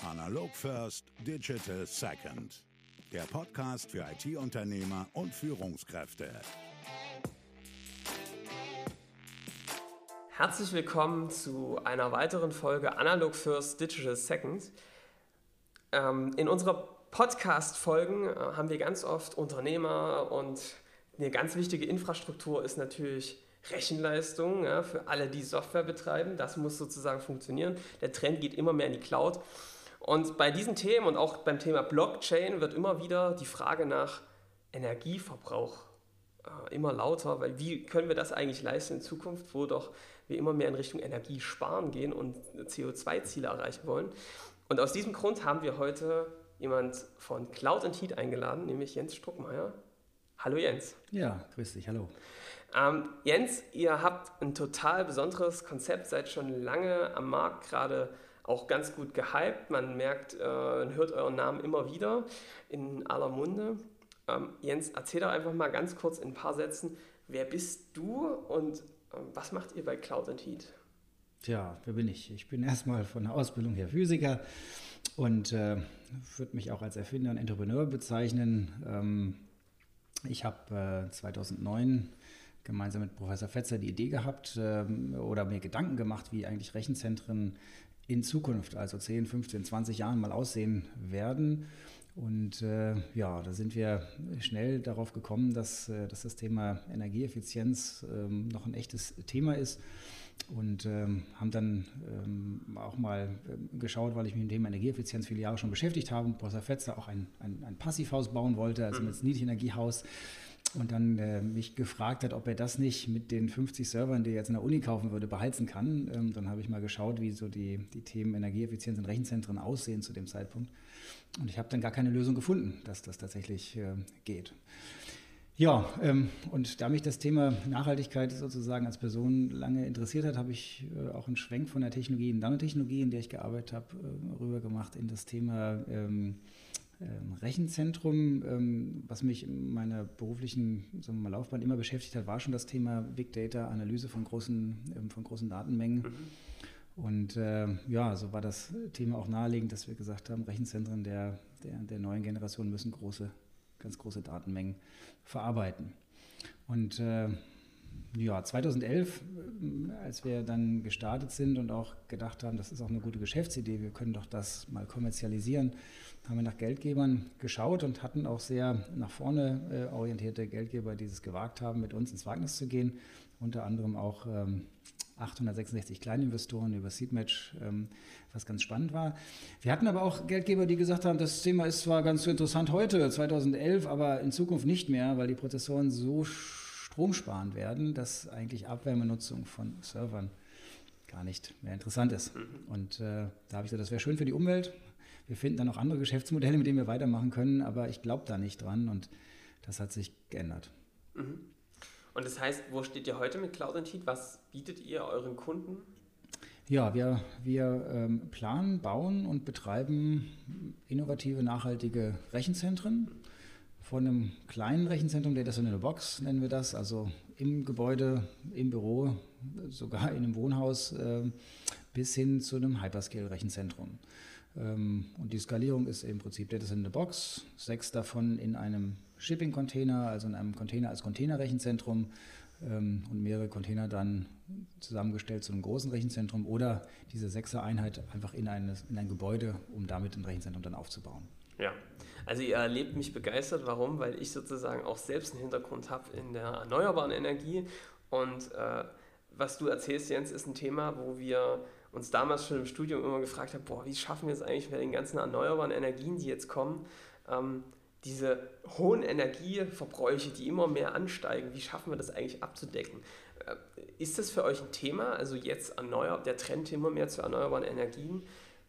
Analog First, Digital Second. Der Podcast für IT-Unternehmer und Führungskräfte. Herzlich willkommen zu einer weiteren Folge Analog First, Digital Second. In unserer Podcast-Folgen haben wir ganz oft Unternehmer und eine ganz wichtige Infrastruktur ist natürlich Rechenleistung, ja, für alle, die Software betreiben. Das muss sozusagen funktionieren. Der Trend geht immer mehr in die Cloud. Und bei diesen Themen und auch beim Thema Blockchain wird immer wieder die Frage nach Energieverbrauch immer lauter, weil wie können wir das eigentlich leisten in Zukunft, wo doch wir immer mehr in Richtung Energiesparen gehen und CO2-Ziele erreichen wollen. Und aus diesem Grund haben wir heute jemand von Cloud & Heat eingeladen, nämlich Jens Struckmeier. Hallo Jens. Ja, grüß dich, hallo. Jens, ihr habt ein total besonderes Konzept, seid schon lange am Markt, gerade auch ganz gut gehypt. Man merkt, man hört euren Namen immer wieder in aller Munde. Jens, erzähl doch einfach mal ganz kurz in ein paar Sätzen, wer bist du und was macht ihr bei Cloud & Heat? Tja, wer bin ich? Ich bin erstmal von der Ausbildung her Physiker und würde mich auch als Erfinder und Entrepreneur bezeichnen. Ich habe 2009 gemeinsam mit Professor Fetzer die Idee gehabt oder mir Gedanken gemacht, wie eigentlich Rechenzentren in Zukunft, also 10, 15, 20 Jahren mal aussehen werden. Und da sind wir schnell darauf gekommen, dass das Thema Energieeffizienz noch ein echtes Thema ist. Und haben dann auch mal geschaut, weil ich mich mit dem Thema Energieeffizienz viele Jahre schon beschäftigt habe und Professor Fetzer auch ein Passivhaus bauen wollte, also ein Niedrigenergiehaus. Und dann mich gefragt hat, ob er das nicht mit den 50 Servern, die er jetzt in der Uni kaufen würde, beheizen kann. Dann habe ich mal geschaut, wie so die Themen Energieeffizienz in Rechenzentren aussehen zu dem Zeitpunkt. Und ich habe dann gar keine Lösung gefunden, dass das tatsächlich geht. Ja, und da mich das Thema Nachhaltigkeit sozusagen als Person lange interessiert hat, habe ich auch einen Schwenk von der Technologie in Nanotechnologie, in der ich gearbeitet habe, rüber gemacht in das Thema Rechenzentrum. Was mich in meiner beruflichen Laufbahn immer beschäftigt hat, war schon das Thema Big Data, Analyse von großen Datenmengen. Und so war das Thema auch naheliegend, dass wir gesagt haben, Rechenzentren der neuen Generation müssen ganz große Datenmengen verarbeiten. Und 2011, als wir dann gestartet sind und auch gedacht haben, das ist auch eine gute Geschäftsidee, wir können doch das mal kommerzialisieren, haben wir nach Geldgebern geschaut und hatten auch sehr nach vorne orientierte Geldgeber, die es gewagt haben, mit uns ins Wagnis zu gehen. Unter anderem auch 866 Kleininvestoren über Seedmatch, was ganz spannend war. Wir hatten aber auch Geldgeber, die gesagt haben, das Thema ist zwar ganz interessant heute, 2011, aber in Zukunft nicht mehr, weil die Prozessoren so stromsparend werden, dass eigentlich Abwärmenutzung von Servern gar nicht mehr interessant ist. Und da habe ich gesagt, das wäre schön für die Umwelt. Wir finden dann auch andere Geschäftsmodelle, mit denen wir weitermachen können, aber ich glaube da nicht dran und das hat sich geändert. Und das heißt, wo steht ihr heute mit Cloud & Heat? Was bietet ihr euren Kunden? Ja, wir planen, bauen und betreiben innovative, nachhaltige Rechenzentren. Von einem kleinen Rechenzentrum, Data Center in a Box nennen wir das, also im Gebäude, im Büro, sogar in einem Wohnhaus, bis hin zu einem Hyperscale-Rechenzentrum. Und die Skalierung ist im Prinzip Data Center in a Box, 6 davon in einem Shipping-Container, also in einem Container als Containerrechenzentrum und mehrere Container dann zusammengestellt zu einem großen Rechenzentrum oder diese 6er-Einheit einfach in ein Gebäude, um damit ein Rechenzentrum dann aufzubauen. Ja, also ihr erlebt mich begeistert. Warum? Weil ich sozusagen auch selbst einen Hintergrund habe in der erneuerbaren Energie und was du erzählst, Jens, ist ein Thema, wo wir uns damals schon im Studium immer gefragt haben, wie schaffen wir es eigentlich mit den ganzen erneuerbaren Energien, die jetzt kommen, diese hohen Energieverbräuche, die immer mehr ansteigen, wie schaffen wir das eigentlich abzudecken? Ist das für euch ein Thema? Also jetzt der Trend immer mehr zu erneuerbaren Energien.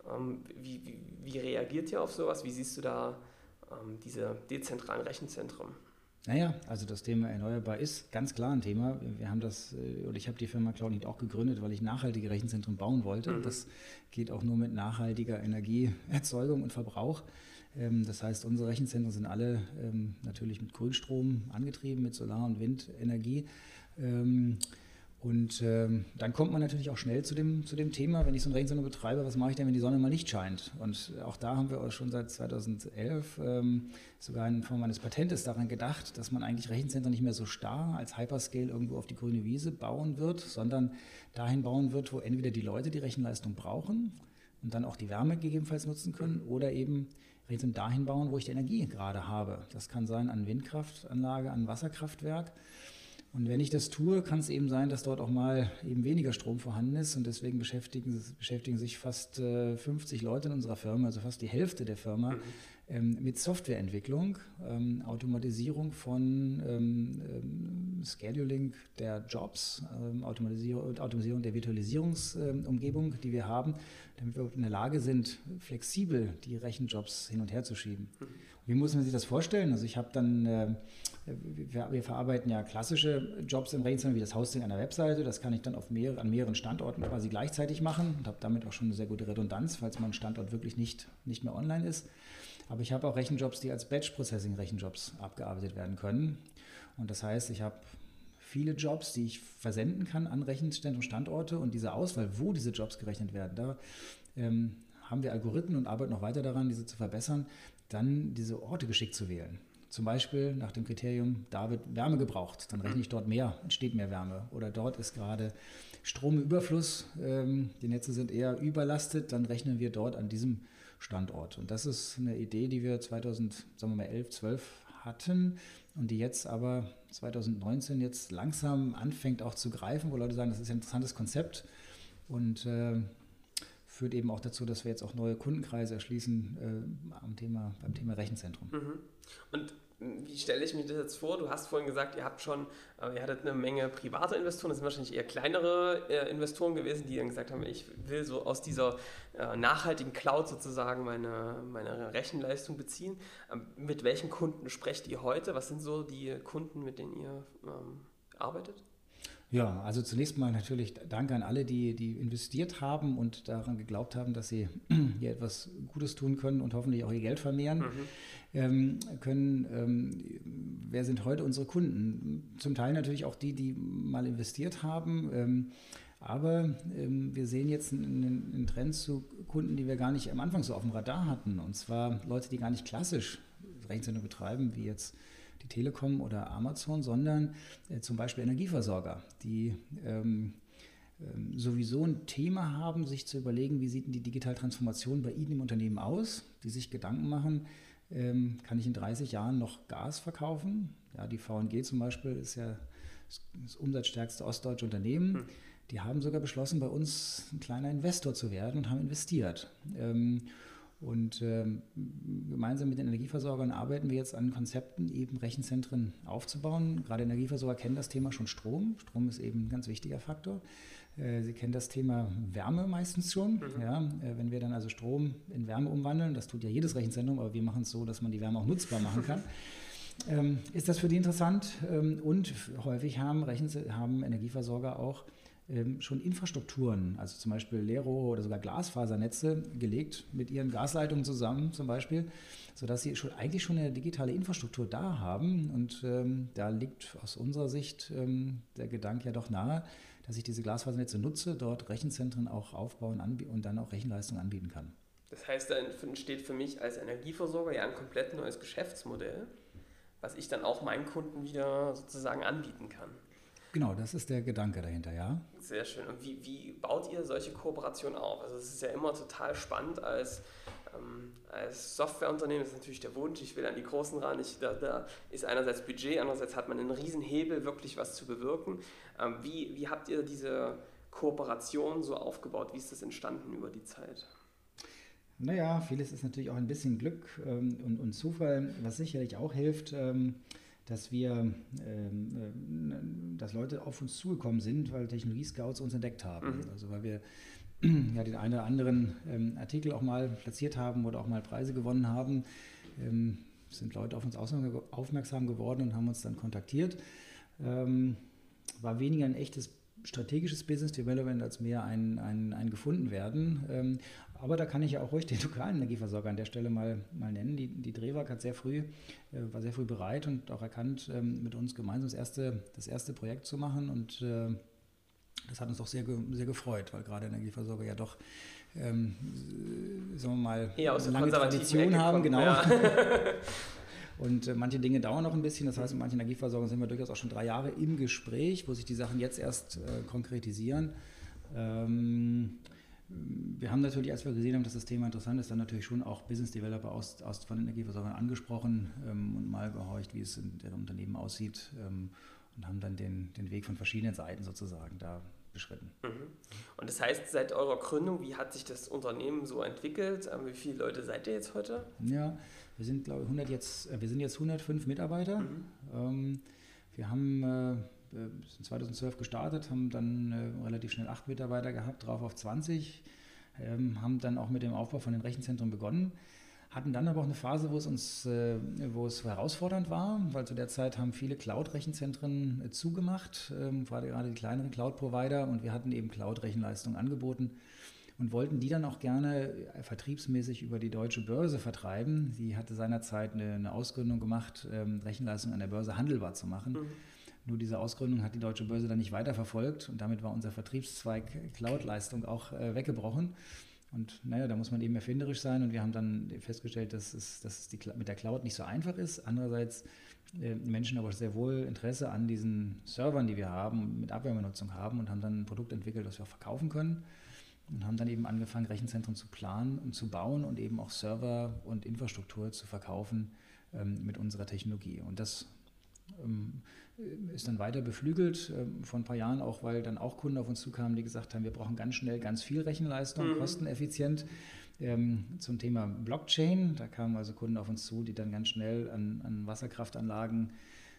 Wie reagiert ihr auf sowas? Wie siehst du da diese dezentralen Rechenzentren? Naja, also das Thema erneuerbar ist ganz klar ein Thema. Wir haben ich habe die Firma Cloud & Heat auch gegründet, weil ich nachhaltige Rechenzentren bauen wollte. Und das geht auch nur mit nachhaltiger Energieerzeugung und Verbrauch. Das heißt, unsere Rechenzentren sind alle natürlich mit Grünstrom angetrieben, mit Solar- und Windenergie. Und dann kommt man natürlich auch schnell zu dem Thema, wenn ich so ein Rechenzentrum betreibe, was mache ich denn, wenn die Sonne mal nicht scheint? Und auch da haben wir auch schon seit 2011 sogar in Form eines Patentes daran gedacht, dass man eigentlich Rechenzentren nicht mehr so starr als Hyperscale irgendwo auf die grüne Wiese bauen wird, sondern dahin bauen wird, wo entweder die Leute die Rechenleistung brauchen und dann auch die Wärme gegebenenfalls nutzen können oder eben Rechenzentren dahin bauen, wo ich die Energie gerade habe. Das kann sein an Windkraftanlage, an Wasserkraftwerk. Und wenn ich das tue, kann es eben sein, dass dort auch mal eben weniger Strom vorhanden ist und deswegen beschäftigen sich fast 50 Leute in unserer Firma, also fast die Hälfte der Firma, mit Softwareentwicklung, Automatisierung von Scheduling der Jobs, Automatisierung der Virtualisierungsumgebung, die wir haben, damit wir in der Lage sind, flexibel die Rechenjobs hin und her zu schieben. Wie muss man sich das vorstellen? Also ich habe dann, wir verarbeiten ja klassische Jobs im Rechenzentrum wie das Hosting einer Webseite. Das kann ich dann an mehreren Standorten quasi gleichzeitig machen und habe damit auch schon eine sehr gute Redundanz, falls mein Standort wirklich nicht mehr online ist. Aber ich habe auch Rechenjobs, die als Batch-Processing-Rechenjobs abgearbeitet werden können. Und das heißt, ich habe viele Jobs, die ich versenden kann an Rechenzentrum-Standorte und diese Auswahl, wo diese Jobs gerechnet werden, da haben wir Algorithmen und arbeiten noch weiter daran, diese zu verbessern, dann diese Orte geschickt zu wählen. Zum Beispiel nach dem Kriterium, da wird Wärme gebraucht, dann rechne ich dort mehr, entsteht mehr Wärme. Oder dort ist gerade Stromüberfluss, die Netze sind eher überlastet, dann rechnen wir dort an diesem Standort. Und das ist eine Idee, die wir 2011, 12 hatten und die jetzt aber 2019 jetzt langsam anfängt auch zu greifen, wo Leute sagen, das ist ein interessantes Konzept und führt eben auch dazu, dass wir jetzt auch neue Kundenkreise erschließen beim Thema Rechenzentrum. Und wie stelle ich mir das jetzt vor? Du hast vorhin gesagt, ihr hattet eine Menge private Investoren, das sind wahrscheinlich eher kleinere Investoren gewesen, die dann gesagt haben, ich will so aus dieser nachhaltigen Cloud sozusagen meine Rechenleistung beziehen. Mit welchen Kunden sprecht ihr heute? Was sind so die Kunden, mit denen ihr arbeitet? Ja, also zunächst mal natürlich Danke an alle, die investiert haben und daran geglaubt haben, dass sie hier etwas Gutes tun können und hoffentlich auch ihr Geld vermehren können. Wer sind heute unsere Kunden? Zum Teil natürlich auch die mal investiert haben. Aber wir sehen jetzt einen Trend zu Kunden, die wir gar nicht am Anfang so auf dem Radar hatten. Und zwar Leute, die gar nicht klassisch Rechenzentren betreiben, wie jetzt die Telekom oder Amazon, sondern zum Beispiel Energieversorger, die sowieso ein Thema haben, sich zu überlegen, wie sieht denn die digitale Transformation bei Ihnen im Unternehmen aus, die sich Gedanken machen, kann ich in 30 Jahren noch Gas verkaufen? Ja, die VNG zum Beispiel ist ja das umsatzstärkste ostdeutsche Unternehmen. Die haben sogar beschlossen, bei uns ein kleiner Investor zu werden und haben investiert. Und gemeinsam mit den Energieversorgern arbeiten wir jetzt an Konzepten, eben Rechenzentren aufzubauen. Gerade Energieversorger kennen das Thema schon Strom. Strom ist eben ein ganz wichtiger Faktor. Sie kennen das Thema Wärme meistens schon. Ja, wenn wir dann also Strom in Wärme umwandeln, das tut ja jedes Rechenzentrum, aber wir machen es so, dass man die Wärme auch nutzbar machen kann. Ist das für die interessant? Und häufig haben Energieversorger auch schon Infrastrukturen, also zum Beispiel Leerrohre oder sogar Glasfasernetze gelegt mit ihren Gasleitungen zusammen zum Beispiel, sodass sie eigentlich schon eine digitale Infrastruktur da haben. Und da liegt aus unserer Sicht der Gedanke ja doch nahe, dass ich diese Glasfasernetze nutze, dort Rechenzentren auch aufbauen und dann auch Rechenleistung anbieten kann. Das heißt, da entsteht für mich als Energieversorger ja ein komplett neues Geschäftsmodell, was ich dann auch meinen Kunden wieder sozusagen anbieten kann. Genau, das ist der Gedanke dahinter, ja. Sehr schön. Und wie baut ihr solche Kooperationen auf? Also es ist ja immer total spannend als Softwareunternehmen, das ist natürlich der Wunsch, ich will an die Großen ran, da ist einerseits Budget, andererseits hat man einen riesen Hebel, wirklich was zu bewirken. Wie habt ihr diese Kooperation so aufgebaut? Wie ist das entstanden über die Zeit? Naja, vieles ist natürlich auch ein bisschen Glück und Zufall, was sicherlich auch hilft, dass Leute auf uns zugekommen sind, weil Technologie-Scouts uns entdeckt haben. Also weil wir ja den einen oder anderen Artikel auch mal platziert haben oder auch mal Preise gewonnen haben, sind Leute auf uns aufmerksam geworden und haben uns dann kontaktiert. War weniger ein echtes strategisches Business Development als mehr ein gefunden werden. Aber da kann ich ja auch ruhig den lokalen Energieversorger an der Stelle mal nennen. Die DREWAG war sehr früh bereit und auch erkannt, mit uns gemeinsam das erste Projekt zu machen. Und Das hat uns auch sehr gefreut, weil gerade Energieversorger ja doch, sagen wir mal, eine lange Tradition haben. Genau. Ja. Und manche Dinge dauern noch ein bisschen. Das heißt, mit manchen Energieversorgern sind wir durchaus auch schon 3 Jahre im Gespräch, wo sich die Sachen jetzt erst konkretisieren. Wir haben natürlich, als wir gesehen haben, dass das Thema interessant ist, dann natürlich schon auch Business Developer von Energieversorgern angesprochen und mal gehorcht, wie es in deren Unternehmen aussieht, und haben dann den Weg von verschiedenen Seiten sozusagen da beschritten. Und das heißt, seit eurer Gründung, wie hat sich das Unternehmen so entwickelt? Wie viele Leute seid ihr jetzt heute? Ja, wir sind, glaube ich, wir sind jetzt 105 Mitarbeiter. Wir haben sind 2012 gestartet, haben dann relativ schnell 8 Mitarbeiter gehabt, drauf auf 20, haben dann auch mit dem Aufbau von den Rechenzentren begonnen, hatten dann aber auch eine Phase, wo es herausfordernd war, weil zu der Zeit haben viele Cloud-Rechenzentren zugemacht, gerade die kleineren Cloud-Provider, und wir hatten eben Cloud-Rechenleistungen angeboten und wollten die dann auch gerne vertriebsmäßig über die deutsche Börse vertreiben. Sie hatte seinerzeit eine Ausgründung gemacht, Rechenleistungen an der Börse handelbar zu machen. Nur diese Ausgründung hat die deutsche Börse dann nicht weiterverfolgt und damit war unser Vertriebszweig Cloud-Leistung auch weggebrochen. Und naja, da muss man eben erfinderisch sein, und wir haben dann festgestellt, dass es mit der Cloud nicht so einfach ist. Andererseits Menschen aber sehr wohl Interesse an diesen Servern, die wir haben, mit Abwärmenutzung haben, und haben dann ein Produkt entwickelt, das wir auch verkaufen können. Und haben dann eben angefangen, Rechenzentren zu planen und zu bauen und eben auch Server und Infrastruktur zu verkaufen mit unserer Technologie. Und das ist dann weiter beflügelt vor ein paar Jahren, auch weil dann auch Kunden auf uns zukamen, die gesagt haben, wir brauchen ganz schnell ganz viel Rechenleistung, kosteneffizient. Zum Thema Blockchain, da kamen also Kunden auf uns zu, die dann ganz schnell an Wasserkraftanlagen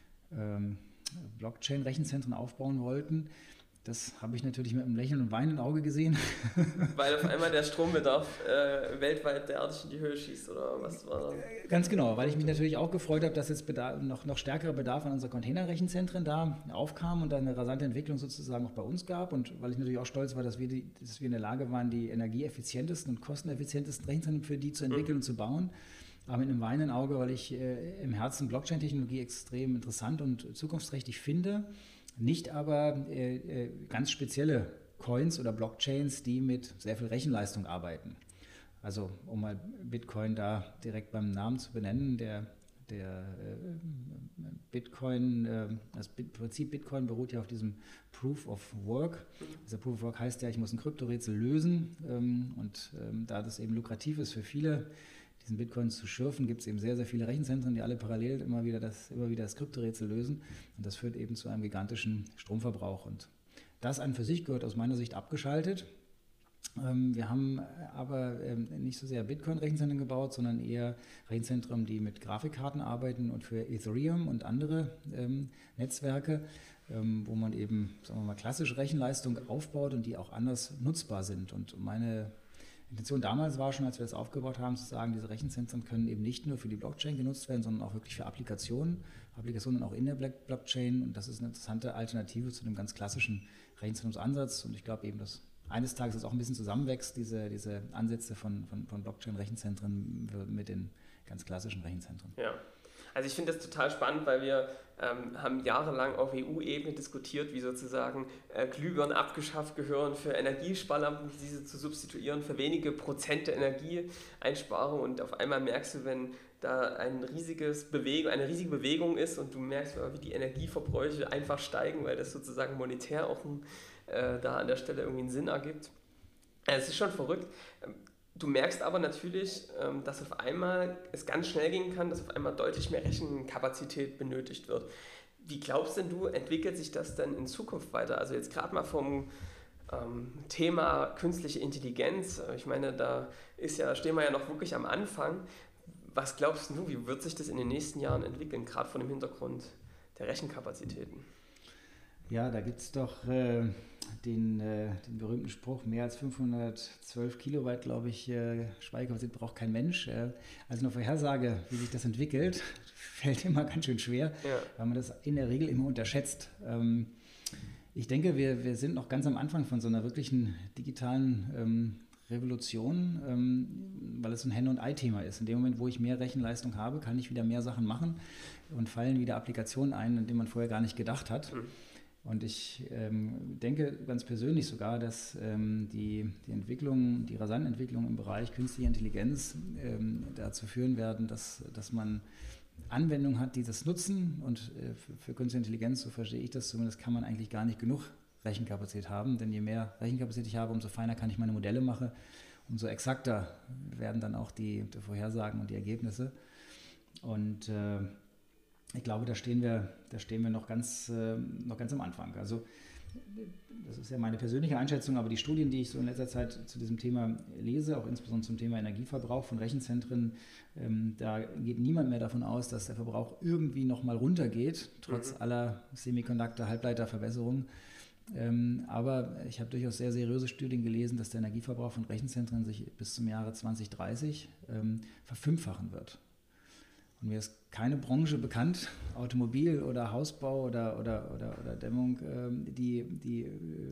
Blockchain-Rechenzentren aufbauen wollten. Das habe ich natürlich mit einem Lächeln und weinenden Auge gesehen. Weil auf einmal der Strombedarf weltweit derartig in die Höhe schießt, oder was war das? Ganz genau, weil ich mich natürlich auch gefreut habe, dass jetzt noch stärkerer Bedarf an unseren Containerrechenzentren da aufkam und da eine rasante Entwicklung sozusagen auch bei uns gab, und weil ich natürlich auch stolz war, dass wir in der Lage waren, die energieeffizientesten und kosteneffizientesten Rechenzentren für die zu entwickeln und zu bauen. Aber mit einem weinenden Auge, weil ich im Herzen Blockchain-Technologie extrem interessant und zukunftsträchtig finde. Nicht aber ganz spezielle Coins oder Blockchains, die mit sehr viel Rechenleistung arbeiten. Also um mal Bitcoin da direkt beim Namen zu benennen, der Bitcoin, das Prinzip Bitcoin beruht ja auf diesem Proof of Work. Dieser Proof of Work heißt ja, ich muss ein Kryptorätsel lösen, und da das eben lukrativ ist für viele, diesen Bitcoin zu schürfen, gibt es eben sehr, sehr viele Rechenzentren, die alle parallel immer wieder das Kryptorätsel lösen, und das führt eben zu einem gigantischen Stromverbrauch, und das an für sich gehört aus meiner Sicht abgeschaltet. Wir haben aber nicht so sehr Bitcoin-Rechenzentren gebaut, sondern eher Rechenzentren, die mit Grafikkarten arbeiten und für Ethereum und andere Netzwerke, wo man eben, sagen wir mal, klassische Rechenleistung aufbaut und die auch anders nutzbar sind. Und meine Intention damals war schon, als wir das aufgebaut haben, zu sagen, diese Rechenzentren können eben nicht nur für die Blockchain genutzt werden, sondern auch wirklich für Applikationen auch in der Blockchain. Und das ist eine interessante Alternative zu dem ganz klassischen Rechenzentrumsansatz. Und ich glaube eben, dass eines Tages das auch ein bisschen zusammenwächst, diese Ansätze von Blockchain-Rechenzentren mit den ganz klassischen Rechenzentren. Ja. Also ich finde das total spannend, weil wir haben jahrelang auf EU-Ebene diskutiert, wie sozusagen Glühbirnen abgeschafft gehören für Energiesparlampen, diese zu substituieren für wenige Prozente Energieeinsparung, und auf einmal merkst du, wenn da eine riesige Bewegung ist und du merkst, wie die Energieverbräuche einfach steigen, weil das sozusagen monetär auch da an der Stelle irgendwie einen Sinn ergibt. Es ist schon verrückt. Du merkst aber natürlich, dass auf einmal es ganz schnell gehen kann, dass auf einmal deutlich mehr Rechenkapazität benötigt wird. Wie glaubst denn du, entwickelt sich das denn in Zukunft weiter? Also jetzt gerade mal vom Thema künstliche Intelligenz. Ich meine, stehen wir ja noch wirklich am Anfang. Was glaubst du, wie wird sich das in den nächsten Jahren entwickeln, gerade vor dem Hintergrund der Rechenkapazitäten? Ja, da gibt es doch den berühmten Spruch, mehr als 512 Kilobyte, glaube ich, Speicherkapazität braucht kein Mensch. Also eine Vorhersage, wie sich das entwickelt, fällt immer ganz schön schwer, weil man das in der Regel immer unterschätzt. Ich denke, wir sind noch ganz am Anfang von so einer wirklichen digitalen Revolution, weil es ein Henne- und Ei-Thema ist. In dem Moment, wo ich mehr Rechenleistung habe, kann ich wieder mehr Sachen machen und fallen wieder Applikationen ein, an die man vorher gar nicht gedacht hat. Und ich denke ganz persönlich sogar, dass die Entwicklung, die rasanten Entwicklungen im Bereich künstliche Intelligenz dazu führen werden, dass man Anwendungen hat, die das nutzen. Und für künstliche Intelligenz, so verstehe ich das zumindest, kann man eigentlich gar nicht genug Rechenkapazität haben. Denn je mehr Rechenkapazität ich habe, umso feiner kann ich meine Modelle machen, umso exakter werden dann auch die Vorhersagen und die Ergebnisse. Und ich glaube, da stehen wir noch ganz am Anfang. Also das ist ja meine persönliche Einschätzung, aber die Studien, die ich so in letzter Zeit zu diesem Thema lese, auch insbesondere zum Thema Energieverbrauch von Rechenzentren, da geht niemand mehr davon aus, dass der Verbrauch irgendwie nochmal runtergeht, trotz aller Semiconductor-Halbleiterverbesserungen. Aber ich habe durchaus sehr seriöse Studien gelesen, dass der Energieverbrauch von Rechenzentren sich bis zum Jahre 2030 verfünffachen wird. Und mir ist keine Branche bekannt, Automobil oder Hausbau oder Dämmung, die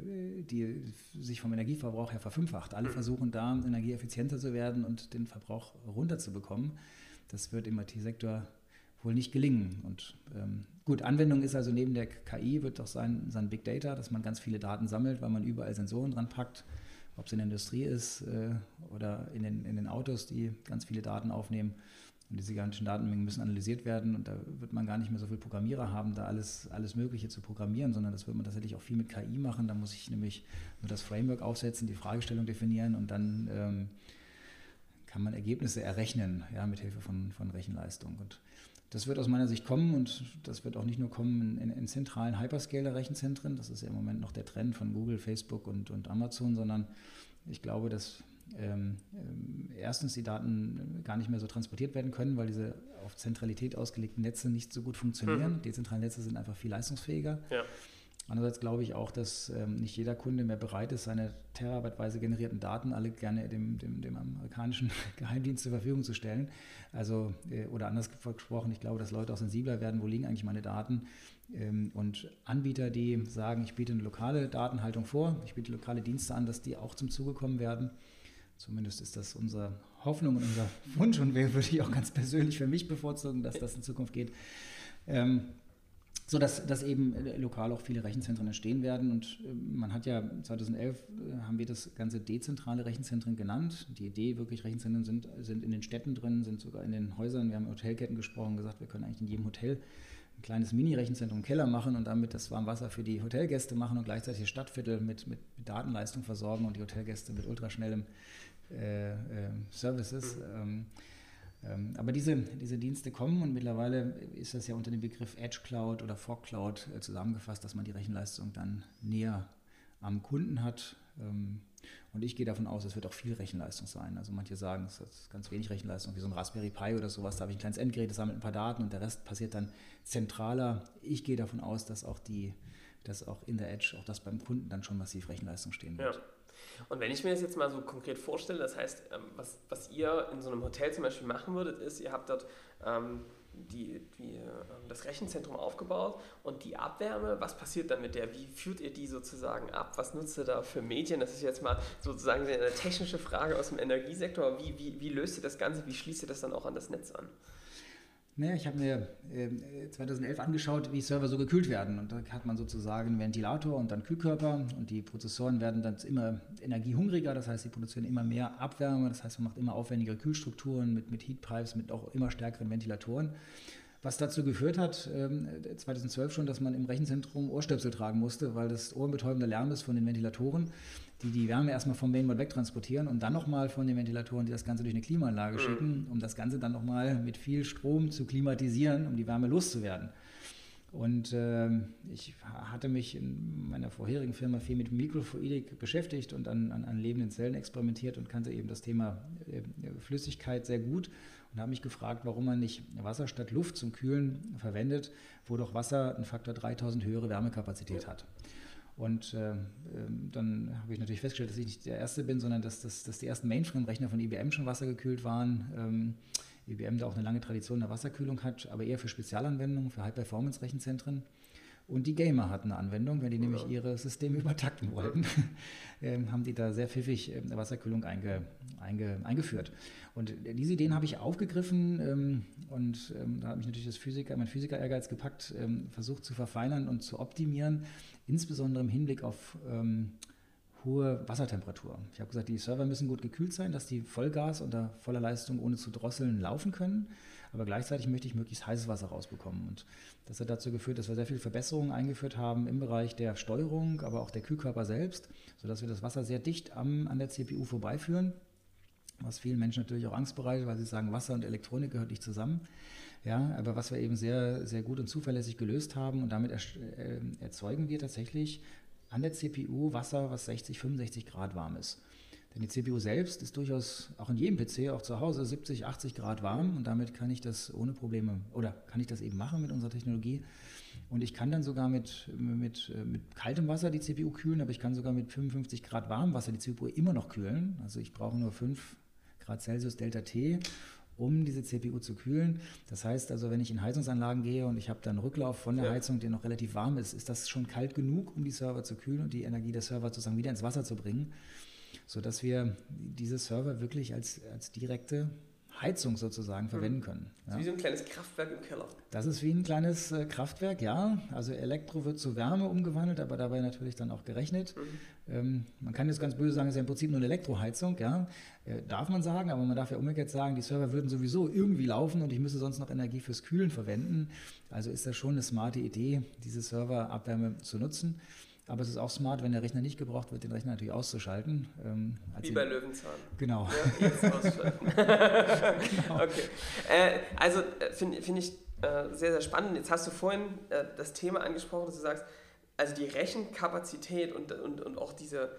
sich vom Energieverbrauch her verfünffacht. Alle versuchen da, energieeffizienter zu werden und den Verbrauch runterzubekommen. Das wird im IT-Sektor wohl nicht gelingen. Und gut, Anwendung ist also neben der KI wird doch sein Big Data, dass man ganz viele Daten sammelt, weil man überall Sensoren dran packt, ob es in der Industrie ist oder in den Autos, die ganz viele Daten aufnehmen. Und diese gigantischen Datenmengen müssen analysiert werden und da wird man gar nicht mehr so viel Programmierer haben, da alles Mögliche zu programmieren, sondern das wird man tatsächlich auch viel mit KI machen. Da muss ich nämlich nur das Framework aufsetzen, die Fragestellung definieren und dann kann man Ergebnisse errechnen, ja, mit Hilfe von Rechenleistung. Und das wird aus meiner Sicht kommen und das wird auch nicht nur kommen in zentralen Hyperscaler-Rechenzentren, das ist ja im Moment noch der Trend von Google, Facebook und Amazon, sondern ich glaube, dass erstens die Daten gar nicht mehr so transportiert werden können, weil diese auf Zentralität ausgelegten Netze nicht so gut funktionieren. Dezentrale Netze sind einfach viel leistungsfähiger. Ja. Andererseits glaube ich auch, dass nicht jeder Kunde mehr bereit ist, seine terabyteweise generierten Daten alle gerne dem amerikanischen Geheimdienst zur Verfügung zu stellen. Also, oder anders gesprochen, ich glaube, dass Leute auch sensibler werden, wo liegen eigentlich meine Daten. Und Anbieter, die sagen, ich biete eine lokale Datenhaltung vor, ich biete lokale Dienste an, dass die auch zum Zuge kommen werden. Zumindest ist das unsere Hoffnung und unser Wunsch und würde ich auch ganz persönlich für mich bevorzugen, dass das in Zukunft geht. So dass eben lokal auch viele Rechenzentren entstehen werden und man hat ja 2011 haben wir das ganze dezentrale Rechenzentren genannt. Die Idee wirklich, Rechenzentren sind in den Städten drin, sind sogar in den Häusern. Wir haben Hotelketten gesprochen, gesagt, wir können eigentlich in jedem Hotel ein kleines Mini-Rechenzentrum im Keller machen und damit das Warmwasser für die Hotelgäste machen und gleichzeitig das Stadtviertel mit Datenleistung versorgen und die Hotelgäste mit ultraschnellem Services. Aber diese Dienste kommen und mittlerweile ist das ja unter dem Begriff Edge Cloud oder Fog Cloud zusammengefasst, dass man die Rechenleistung dann näher am Kunden hat. Und ich gehe davon aus, es wird auch viel Rechenleistung sein. Also manche sagen, es ist ganz wenig Rechenleistung, wie so ein Raspberry Pi oder sowas. Da habe ich ein kleines Endgerät, das sammelt ein paar Daten und der Rest passiert dann zentraler. Ich gehe davon aus, dass auch in der Edge, auch das beim Kunden dann schon massiv Rechenleistung stehen wird. Ja. Und wenn ich mir das jetzt mal so konkret vorstelle, das heißt, was ihr in so einem Hotel zum Beispiel machen würdet, ist, ihr habt dort das Rechenzentrum aufgebaut und die Abwärme, was passiert dann mit der? Wie führt ihr die sozusagen ab? Was nutzt ihr da für Medien? Das ist jetzt mal sozusagen eine technische Frage aus dem Energiesektor. Wie löst ihr das Ganze? Wie schließt ihr das dann auch an das Netz an? Naja, ich habe mir 2011 angeschaut, wie Server so gekühlt werden. Und da hat man sozusagen einen Ventilator und dann Kühlkörper. Und die Prozessoren werden dann immer energiehungriger. Das heißt, sie produzieren immer mehr Abwärme. Das heißt, man macht immer aufwendigere Kühlstrukturen mit Heatpipes, mit auch immer stärkeren Ventilatoren. Was dazu geführt hat, 2012 schon, dass man im Rechenzentrum Ohrstöpsel tragen musste, weil das ohrenbetäubender Lärm ist von den Ventilatoren, die Wärme erstmal vom Mainboard wegtransportieren und dann nochmal von den Ventilatoren, die das Ganze durch eine Klimaanlage schicken, um das Ganze dann nochmal mit viel Strom zu klimatisieren, um die Wärme loszuwerden. Und ich hatte mich in meiner vorherigen Firma viel mit Mikrofluidik beschäftigt und an lebenden Zellen experimentiert und kannte eben das Thema Flüssigkeit sehr gut und habe mich gefragt, warum man nicht Wasser statt Luft zum Kühlen verwendet, wo doch Wasser einen Faktor 3000 höhere Wärmekapazität hat. Und dann habe ich natürlich festgestellt, dass ich nicht der Erste bin, sondern dass die ersten Mainframe-Rechner von IBM schon wassergekühlt waren. IBM da auch eine lange Tradition der Wasserkühlung hat, aber eher für Spezialanwendungen, für High-Performance-Rechenzentren. Und die Gamer hatten eine Anwendung, wenn die nämlich ihre Systeme übertakten wollten, haben die da sehr pfiffig Wasserkühlung eingeführt. Und diese Ideen habe ich aufgegriffen und da hat mich natürlich mein Physiker-Ehrgeiz gepackt, versucht zu verfeinern und zu optimieren. insbesondere im Hinblick auf hohe Wassertemperatur. Ich habe gesagt, die Server müssen gut gekühlt sein, dass die Vollgas unter voller Leistung ohne zu drosseln laufen können, aber gleichzeitig möchte ich möglichst heißes Wasser rausbekommen. Und das hat dazu geführt, dass wir sehr viele Verbesserungen eingeführt haben im Bereich der Steuerung, aber auch der Kühlkörper selbst, sodass wir das Wasser sehr dicht an der CPU vorbeiführen, was vielen Menschen natürlich auch Angst bereitet, weil sie sagen, Wasser und Elektronik gehört nicht zusammen. Ja, aber was wir eben sehr, sehr gut und zuverlässig gelöst haben, und damit erzeugen wir tatsächlich an der CPU Wasser, was 60, 65 Grad warm ist. Denn die CPU selbst ist durchaus auch in jedem PC, auch zu Hause, 70, 80 Grad warm, und damit kann ich das ohne Probleme, oder kann ich das eben machen mit unserer Technologie. Und ich kann dann sogar mit kaltem Wasser die CPU kühlen, aber ich kann sogar mit 55 Grad warmem Wasser die CPU immer noch kühlen. Also ich brauche nur 5 Grad Celsius Delta T, um diese CPU zu kühlen. Das heißt also, wenn ich in Heizungsanlagen gehe und ich habe dann Rücklauf von der Heizung, der noch relativ warm ist, ist das schon kalt genug, um die Server zu kühlen und die Energie der Server sozusagen wieder ins Wasser zu bringen, sodass wir diese Server wirklich als direkte Heizung sozusagen verwenden können. Ja. Wie so ein kleines Kraftwerk im Keller. Das ist wie ein kleines Kraftwerk, ja. Also Elektro wird zu Wärme umgewandelt, aber dabei natürlich dann auch gerechnet. Man kann jetzt ganz böse sagen, es ist ja im Prinzip nur eine Elektroheizung, ja. Darf man sagen, aber man darf ja umgekehrt sagen, die Server würden sowieso irgendwie laufen und ich müsste sonst noch Energie fürs Kühlen verwenden. Also ist das schon eine smarte Idee, diese Serverabwärme zu nutzen. Aber es ist auch smart, wenn der Rechner nicht gebraucht wird, den Rechner natürlich auszuschalten. Wie bei Löwenzahn. Genau. Ja, jetzt ausschalten. Genau. Okay. Also finde ich sehr, sehr spannend. Jetzt hast du vorhin das Thema angesprochen, dass du sagst, also die Rechenkapazität und auch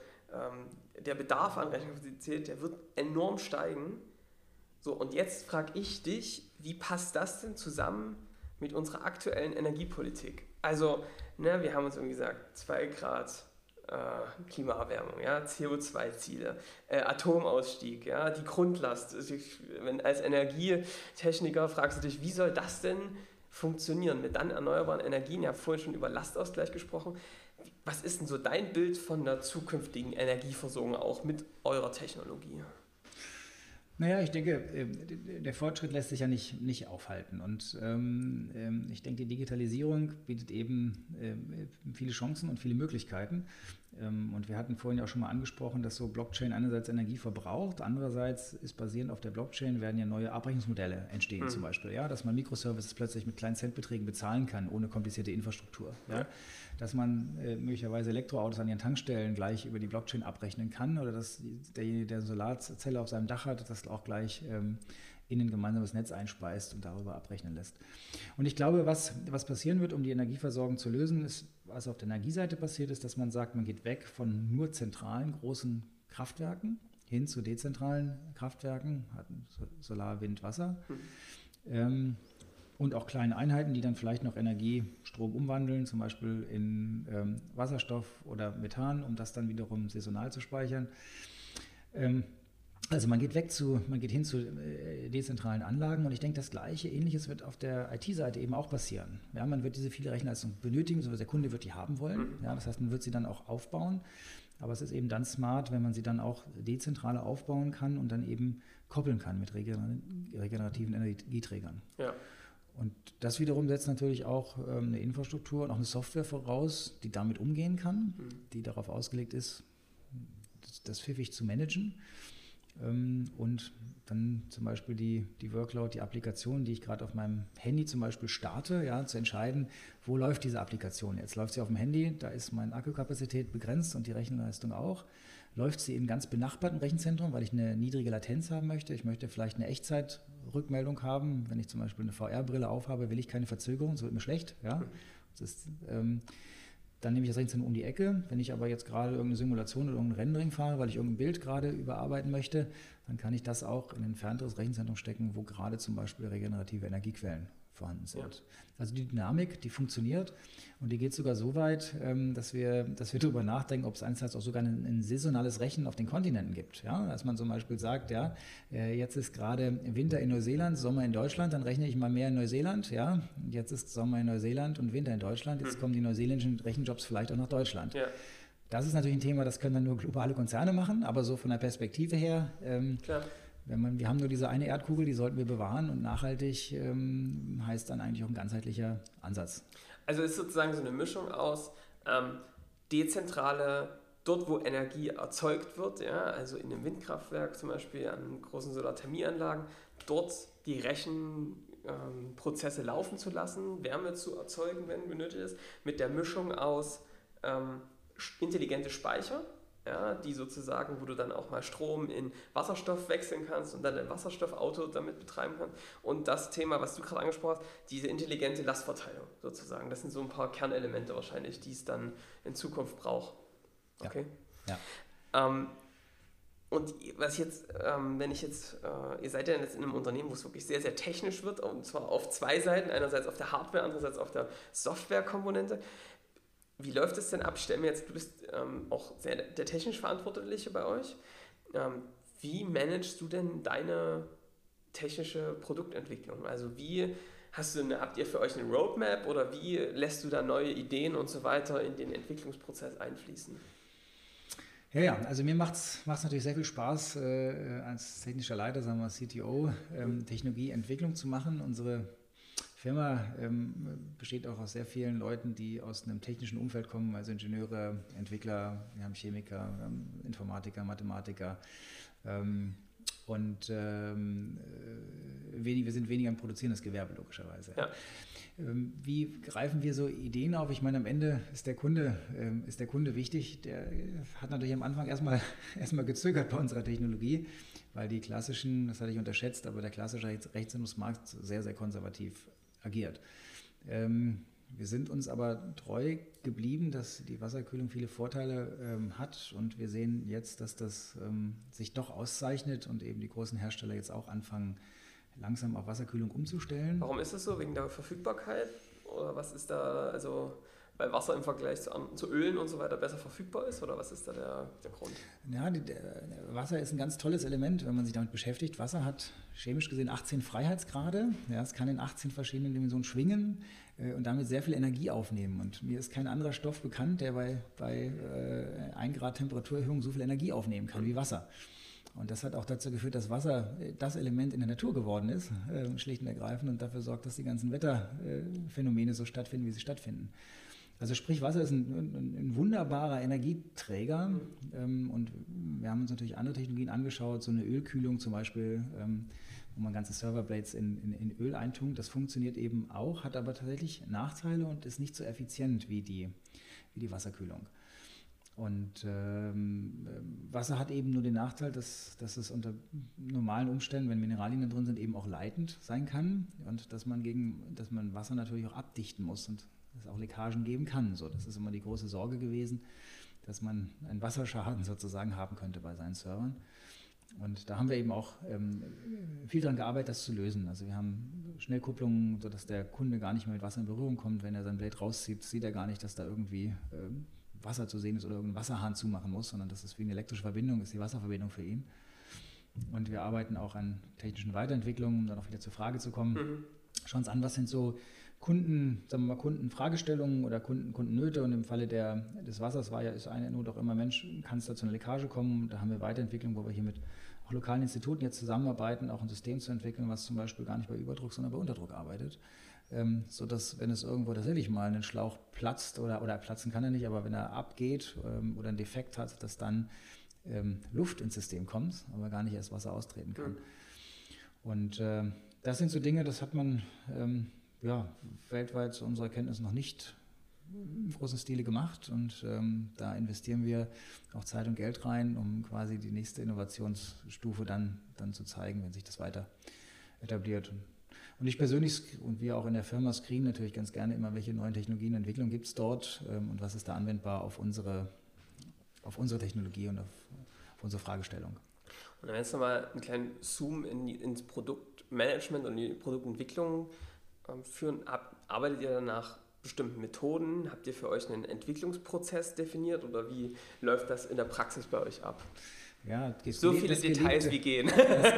der Bedarf an Rechenkapazität, der wird enorm steigen. So, und jetzt frage ich dich, wie passt das denn zusammen mit unserer aktuellen Energiepolitik? Also, wir haben uns irgendwie gesagt, 2 Grad Klimaerwärmung, ja, CO2-Ziele, Atomausstieg, ja, die Grundlast. Als Energietechniker fragst du dich, wie soll das denn funktionieren mit dann erneuerbaren Energien? Ich habe vorhin schon über Lastausgleich gesprochen. Was ist denn so dein Bild von der zukünftigen Energieversorgung auch mit eurer Technologie? Naja, ich denke, der Fortschritt lässt sich ja nicht aufhalten. Und ich denke, die Digitalisierung bietet eben viele Chancen und viele Möglichkeiten. Und wir hatten vorhin ja auch schon mal angesprochen, dass so Blockchain einerseits Energie verbraucht, andererseits ist basierend auf der Blockchain werden ja neue Abrechnungsmodelle entstehen zum Beispiel. Ja, dass man Microservices plötzlich mit kleinen Centbeträgen bezahlen kann, ohne komplizierte Infrastruktur. Ja. Dass man möglicherweise Elektroautos an ihren Tankstellen gleich über die Blockchain abrechnen kann oder dass derjenige, der eine Solarzelle auf seinem Dach hat, das auch gleich in ein gemeinsames Netz einspeist und darüber abrechnen lässt. Und ich glaube, was passieren wird, um die Energieversorgung zu lösen, ist, was auf der Energieseite passiert ist, dass man sagt, man geht weg von nur zentralen großen Kraftwerken hin zu dezentralen Kraftwerken, Solar, Wind, Wasser. Und auch kleine Einheiten, die dann vielleicht noch Energie, Strom umwandeln, zum Beispiel in Wasserstoff oder Methan, um das dann wiederum saisonal zu speichern. Also man geht hin zu dezentralen Anlagen und ich denke, das Gleiche, Ähnliches wird auf der IT-Seite eben auch passieren. Ja, man wird diese viele Rechenleistung benötigen, so der Kunde wird die haben wollen. Ja, das heißt, man wird sie dann auch aufbauen. Aber es ist eben dann smart, wenn man sie dann auch dezentraler aufbauen kann und dann eben koppeln kann mit regenerativen Energieträgern. Ja. Und das wiederum setzt natürlich auch eine Infrastruktur und auch eine Software voraus, die damit umgehen kann, die darauf ausgelegt ist, das pfiffig zu managen. Und dann zum Beispiel die Workload, die Applikation, die ich gerade auf meinem Handy zum Beispiel starte, ja, zu entscheiden, wo läuft diese Applikation jetzt? Läuft sie auf dem Handy, da ist meine Akkukapazität begrenzt und die Rechenleistung auch. Läuft sie in ganz benachbarten Rechenzentren, weil ich eine niedrige Latenz haben möchte. Ich möchte vielleicht eine Echtzeitrückmeldung haben. Wenn ich zum Beispiel eine VR-Brille aufhabe, will ich keine Verzögerung, so wird mir schlecht. Ja? Dann nehme ich das Rechenzentrum um die Ecke. Wenn ich aber jetzt gerade irgendeine Simulation oder irgendein Rendering fahre, weil ich irgendein Bild gerade überarbeiten möchte, dann kann ich das auch in ein entfernteres Rechenzentrum stecken, wo gerade zum Beispiel regenerative Energiequellen vorhanden sind. Ja. Also die Dynamik, die funktioniert und die geht sogar so weit, dass wir darüber nachdenken, ob es einerseits auch sogar ein saisonales Rechnen auf den Kontinenten gibt. Ja? Dass man zum Beispiel sagt, ja, jetzt ist gerade Winter in Neuseeland, Sommer in Deutschland, dann rechne ich mal mehr in Neuseeland. Ja? Jetzt ist Sommer in Neuseeland und Winter in Deutschland, jetzt kommen die neuseeländischen Rechenjobs vielleicht auch nach Deutschland. Ja. Das ist natürlich ein Thema, das können dann nur globale Konzerne machen, aber so von der Perspektive her, klar. Wir haben nur diese eine Erdkugel, die sollten wir bewahren und nachhaltig heißt dann eigentlich auch ein ganzheitlicher Ansatz. Also ist sozusagen so eine Mischung aus dezentrale, dort wo Energie erzeugt wird, ja, also in einem Windkraftwerk zum Beispiel, an großen Solarthermieanlagen, dort die Rechenprozesse laufen zu lassen, Wärme zu erzeugen, wenn benötigt ist, mit der Mischung aus intelligente Speicher, ja, die sozusagen, wo du dann auch mal Strom in Wasserstoff wechseln kannst und dann ein Wasserstoffauto damit betreiben kannst. Und das Thema, was du gerade angesprochen hast, diese intelligente Lastverteilung sozusagen. Das sind so ein paar Kernelemente wahrscheinlich, die es dann in Zukunft braucht. Okay? Ja. Und was jetzt, ihr seid ja jetzt in einem Unternehmen, wo es wirklich sehr, sehr technisch wird, und zwar auf zwei Seiten, einerseits auf der Hardware, andererseits auf der Softwarekomponente. Wie läuft es denn ab? Stell mir jetzt, du bist auch der technisch Verantwortliche bei euch. Wie managst du denn deine technische Produktentwicklung? Also habt ihr für euch eine Roadmap oder wie lässt du da neue Ideen und so weiter in den Entwicklungsprozess einfließen? Ja, also mir macht's natürlich sehr viel Spaß, als technischer Leiter, sagen wir CTO, Technologieentwicklung zu machen. Unsere Firma besteht auch aus sehr vielen Leuten, die aus einem technischen Umfeld kommen, also Ingenieure, Entwickler, wir haben Chemiker, wir haben Informatiker, Mathematiker und wir sind weniger ein produzierendes Gewerbe logischerweise. Ja. Wie greifen wir so Ideen auf? Ich meine, am Ende ist der Kunde wichtig. Der hat natürlich am Anfang erstmal gezögert bei unserer Technologie, weil die klassischen, das hatte ich unterschätzt, aber der klassische Rechtsentwicklungsmarkt sehr, sehr konservativ agiert. Wir sind uns aber treu geblieben, dass die Wasserkühlung viele Vorteile hat und wir sehen jetzt, dass das sich doch auszeichnet und eben die großen Hersteller jetzt auch anfangen, langsam auf Wasserkühlung umzustellen. Warum ist das so? Wegen der Verfügbarkeit? Oder was ist da, also weil Wasser im Vergleich zu Ölen und so weiter besser verfügbar ist? Oder was ist da der Grund? Ja, Wasser ist ein ganz tolles Element, wenn man sich damit beschäftigt. Wasser hat chemisch gesehen 18 Freiheitsgrade. Ja, es kann in 18 verschiedenen Dimensionen schwingen und damit sehr viel Energie aufnehmen. Und mir ist kein anderer Stoff bekannt, der bei 1 Grad Temperaturerhöhung so viel Energie aufnehmen kann wie Wasser. Und das hat auch dazu geführt, dass Wasser das Element in der Natur geworden ist, schlicht und ergreifend, und dafür sorgt, dass die ganzen Wetterphänomene so stattfinden, wie sie stattfinden. Also sprich, Wasser ist ein wunderbarer Energieträger und wir haben uns natürlich andere Technologien angeschaut, so eine Ölkühlung zum Beispiel, wo man ganze Serverblades in Öl eintunkt. Das funktioniert eben auch, hat aber tatsächlich Nachteile und ist nicht so effizient wie die Wasserkühlung. Und Wasser hat eben nur den Nachteil, dass es unter normalen Umständen, wenn Mineralien drin sind, eben auch leitend sein kann und dass man Wasser natürlich auch abdichten muss und es auch Leckagen geben kann. So, das ist immer die große Sorge gewesen, dass man einen Wasserschaden sozusagen haben könnte bei seinen Servern. Und da haben wir eben auch viel daran gearbeitet, das zu lösen. Also wir haben Schnellkupplungen, sodass der Kunde gar nicht mehr mit Wasser in Berührung kommt. Wenn er sein Blade rauszieht, sieht er gar nicht, dass da irgendwie Wasser zu sehen ist oder irgendein Wasserhahn zumachen muss, sondern das ist wie eine elektrische Verbindung, ist die Wasserverbindung für ihn. Und wir arbeiten auch an technischen Weiterentwicklungen, um dann auch wieder zur Frage zu kommen. Schauen uns an, was sind so Kundenfragestellungen oder Kundennöte, und im Falle des Wassers ist eine Not auch immer, Mensch, kann es da zu einer Leckage kommen? Da haben wir Weiterentwicklung, wo wir hier mit auch lokalen Instituten jetzt zusammenarbeiten, auch ein System zu entwickeln, was zum Beispiel gar nicht bei Überdruck, sondern bei Unterdruck arbeitet. Sodass, wenn es irgendwo tatsächlich mal ein Schlauch platzt oder platzen kann er nicht, aber wenn er abgeht oder einen Defekt hat, dass dann Luft ins System kommt, aber gar nicht erst Wasser austreten kann. Und das sind so Dinge, das hat man weltweit zu unserer Kenntnis noch nicht im großen Stile gemacht, und da investieren wir auch Zeit und Geld rein, um quasi die nächste Innovationsstufe dann zu zeigen, wenn sich das weiter etabliert. Und ich persönlich und wir auch in der Firma screenen natürlich ganz gerne immer, welche neuen Technologien und Entwicklungen gibt es dort und was ist da anwendbar auf unsere Technologie und auf unsere Fragestellung. Und dann jetzt nochmal einen kleinen Zoom ins Produktmanagement und die Produktentwicklung führen. Arbeitet ihr dann nach bestimmten Methoden? Habt ihr für euch einen Entwicklungsprozess definiert oder wie läuft das in der Praxis bei euch ab? Ja, so viele Details wie gehen.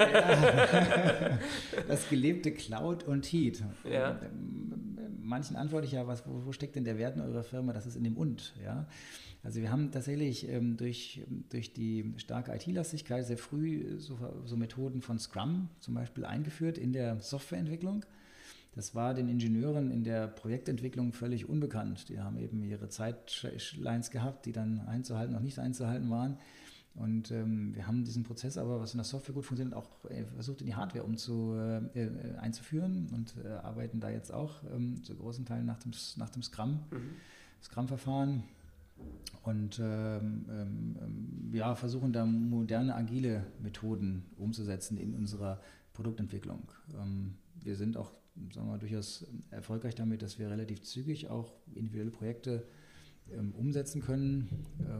Das gelebte Cloud und Heat. Ja. Manchen antworte ich ja, wo steckt denn der Wert in eurer Firma? Das ist in dem Und. Ja? Also wir haben tatsächlich durch die starke IT-Lastigkeit sehr früh so Methoden von Scrum zum Beispiel eingeführt in der Softwareentwicklung. Das war den Ingenieuren in der Projektentwicklung völlig unbekannt. Die haben eben ihre Zeitlines gehabt, die dann einzuhalten, noch nicht einzuhalten waren. Und wir haben diesen Prozess aber, was in der Software gut funktioniert, auch versucht in die Hardware einzuführen und arbeiten da jetzt auch zu großen Teilen nach dem Scrum-Verfahren und versuchen da moderne, agile Methoden umzusetzen in unserer Produktentwicklung. Wir sind auch, sagen wir mal, durchaus erfolgreich damit, dass wir relativ zügig auch individuelle Projekte umsetzen können.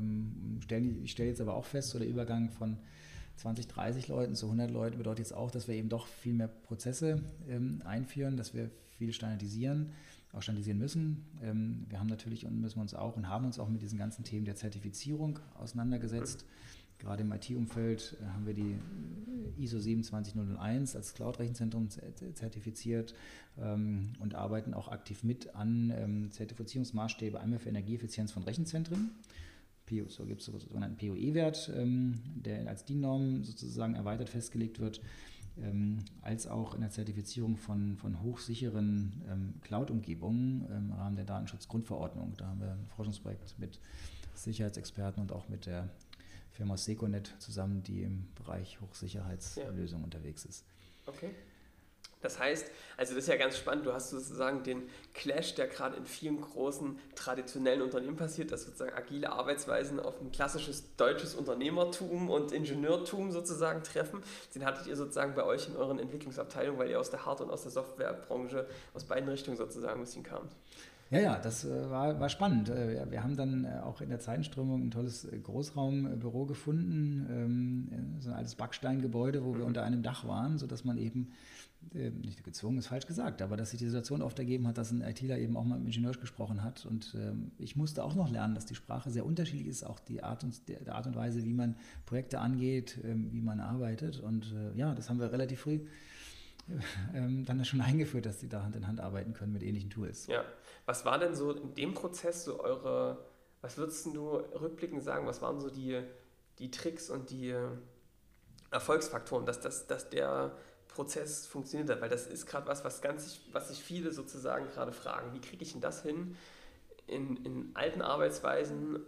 Ich stelle jetzt aber auch fest, so der Übergang von 20, 30 Leuten zu 100 Leuten bedeutet jetzt auch, dass wir eben doch viel mehr Prozesse einführen, dass wir viel standardisieren müssen. Wir haben natürlich und haben uns auch mit diesen ganzen Themen der Zertifizierung auseinandergesetzt. Gerade im IT-Umfeld haben wir die ISO 27001 als Cloud-Rechenzentrum zertifiziert und arbeiten auch aktiv mit an Zertifizierungsmaßstäbe, einmal für Energieeffizienz von Rechenzentren. So gibt es so einen sogenannten POE-Wert, der als DIN-Norm sozusagen erweitert festgelegt wird, als auch in der Zertifizierung von hochsicheren Cloud-Umgebungen im Rahmen der Datenschutzgrundverordnung. Da haben wir ein Forschungsprojekt mit Sicherheitsexperten und auch mit der Firma Seconet zusammen, die im Bereich Hochsicherheitslösungen unterwegs ist. Okay. Das heißt, also das ist ja ganz spannend, du hast sozusagen den Clash, der gerade in vielen großen traditionellen Unternehmen passiert, dass sozusagen agile Arbeitsweisen auf ein klassisches deutsches Unternehmertum und Ingenieurtum sozusagen treffen. Den hattet ihr sozusagen bei euch in euren Entwicklungsabteilungen, weil ihr aus der Hard- und aus der Softwarebranche aus beiden Richtungen sozusagen ein bisschen kamt. Ja, das war spannend. Wir haben dann auch in der Zeitenströmung ein tolles Großraumbüro gefunden, so ein altes Backsteingebäude, wo wir unter einem Dach waren, sodass man eben, nicht gezwungen ist falsch gesagt, aber dass sich die Situation oft ergeben hat, dass ein ITler eben auch mal mit dem Ingenieur gesprochen hat. Und ich musste auch noch lernen, dass die Sprache sehr unterschiedlich ist, auch die Art und Weise, wie man Projekte angeht, wie man arbeitet. Und das haben wir relativ früh dann schon eingeführt, dass die da Hand in Hand arbeiten können mit ähnlichen Tools. Ja, was war denn so in dem Prozess so was würdest du rückblickend sagen, was waren so die Tricks und die Erfolgsfaktoren, dass der Prozess funktioniert hat? Weil das ist gerade was sich viele sozusagen gerade fragen. Wie kriege ich denn das hin, in alten Arbeitsweisen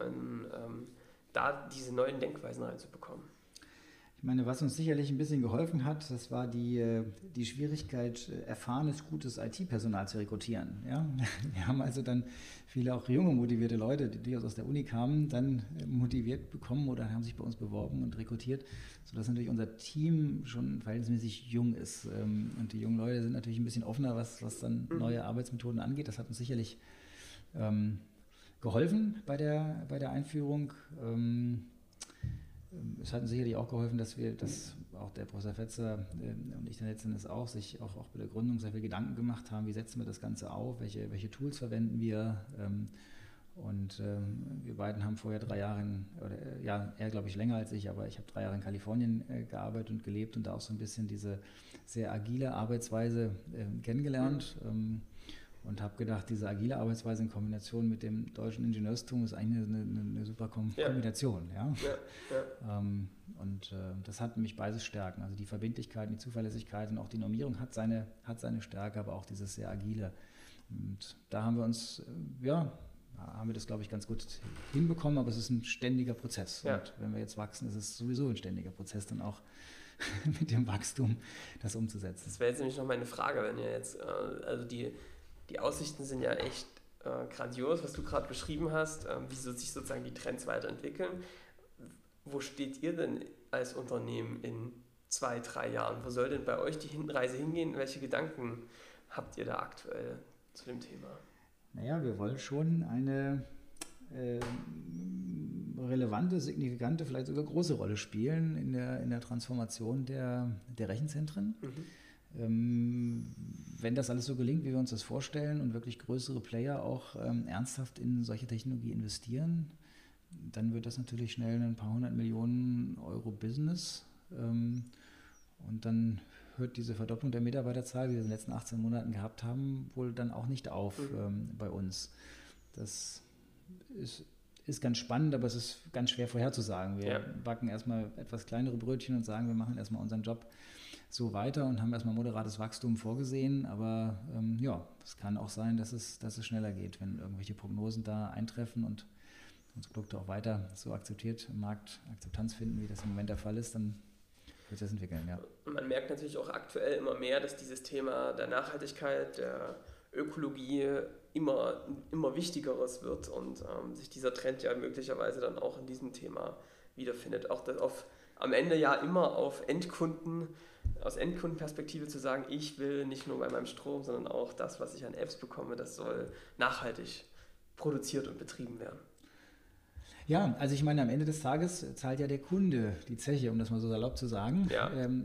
da diese neuen Denkweisen reinzubekommen? Ich meine, was uns sicherlich ein bisschen geholfen hat, das war die Schwierigkeit, erfahrenes, gutes IT-Personal zu rekrutieren. Ja? Wir haben also dann viele auch junge, motivierte Leute, die aus der Uni kamen, dann motiviert bekommen oder haben sich bei uns beworben und rekrutiert, sodass natürlich unser Team schon verhältnismäßig jung ist. Und die jungen Leute sind natürlich ein bisschen offener, was dann neue Arbeitsmethoden angeht. Das hat uns sicherlich geholfen bei der Einführung. Es hat uns sicherlich auch geholfen, dass auch der Professor Fetzer und ich dann letztendlich auch sich auch bei der Gründung sehr viel Gedanken gemacht haben, wie setzen wir das Ganze auf, welche Tools verwenden wir. Und wir beiden haben vorher 3 Jahre, er glaube ich länger als ich, aber ich habe 3 Jahre in Kalifornien gearbeitet und gelebt und da auch so ein bisschen diese sehr agile Arbeitsweise kennengelernt. Und habe gedacht, diese agile Arbeitsweise in Kombination mit dem deutschen Ingenieurstum ist eigentlich eine super Kombination. Ja? Und das hat nämlich beides Stärken. Also die Verbindlichkeit, die Zuverlässigkeit und auch die Normierung hat seine Stärke, aber auch dieses sehr agile. Und da haben wir das, glaube ich, ganz gut hinbekommen, aber es ist ein ständiger Prozess. Ja. Und wenn wir jetzt wachsen, ist es sowieso ein ständiger Prozess, dann auch mit dem Wachstum das umzusetzen. Das wäre jetzt nämlich noch meine Frage, wenn ihr jetzt, also die Aussichten sind ja echt grandios, was du gerade beschrieben hast, wie sich sozusagen die Trends weiterentwickeln. Wo steht ihr denn als Unternehmen in 2, 3 Jahren? Wo soll denn bei euch die Reise hingehen? Welche Gedanken habt ihr da aktuell zu dem Thema? Naja, wir wollen schon eine relevante, signifikante, vielleicht sogar große Rolle spielen in der Transformation der Rechenzentren. Wenn das alles so gelingt, wie wir uns das vorstellen und wirklich größere Player auch ernsthaft in solche Technologie investieren, dann wird das natürlich schnell ein paar 100 Millionen Euro Business und dann hört diese Verdopplung der Mitarbeiterzahl, die wir in den letzten 18 Monaten gehabt haben, wohl dann auch nicht auf bei uns. Das ist ganz spannend, aber es ist ganz schwer vorherzusagen. Wir backen erstmal etwas kleinere Brötchen und sagen, wir machen erstmal unseren Job so weiter und haben erstmal moderates Wachstum vorgesehen. Aber es kann auch sein, dass es schneller geht, wenn irgendwelche Prognosen da eintreffen und unsere Produkte auch weiter so akzeptiert im Markt Akzeptanz finden, wie das im Moment der Fall ist, dann wird sich das entwickeln, ja. Man merkt natürlich auch aktuell immer mehr, dass dieses Thema der Nachhaltigkeit, der Ökologie immer wichtigeres wird und sich dieser Trend ja möglicherweise dann auch in diesem Thema wiederfindet. Auch am Ende ja immer aus Endkundenperspektive zu sagen, ich will nicht nur bei meinem Strom, sondern auch das, was ich an Apps bekomme, das soll nachhaltig produziert und betrieben werden. Ja, also ich meine, am Ende des Tages zahlt ja der Kunde die Zeche, um das mal so salopp zu sagen. Ja.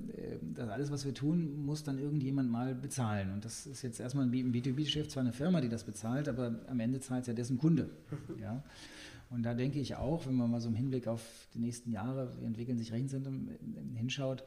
Das alles, was wir tun, muss dann irgendjemand mal bezahlen. Und das ist jetzt erstmal im B2B-Geschäft zwar eine Firma, die das bezahlt, aber am Ende zahlt es ja dessen Kunde. Ja. Und da denke ich auch, wenn man mal so im Hinblick auf die nächsten Jahre, wie entwickeln sich Rechenzentren, hinschaut,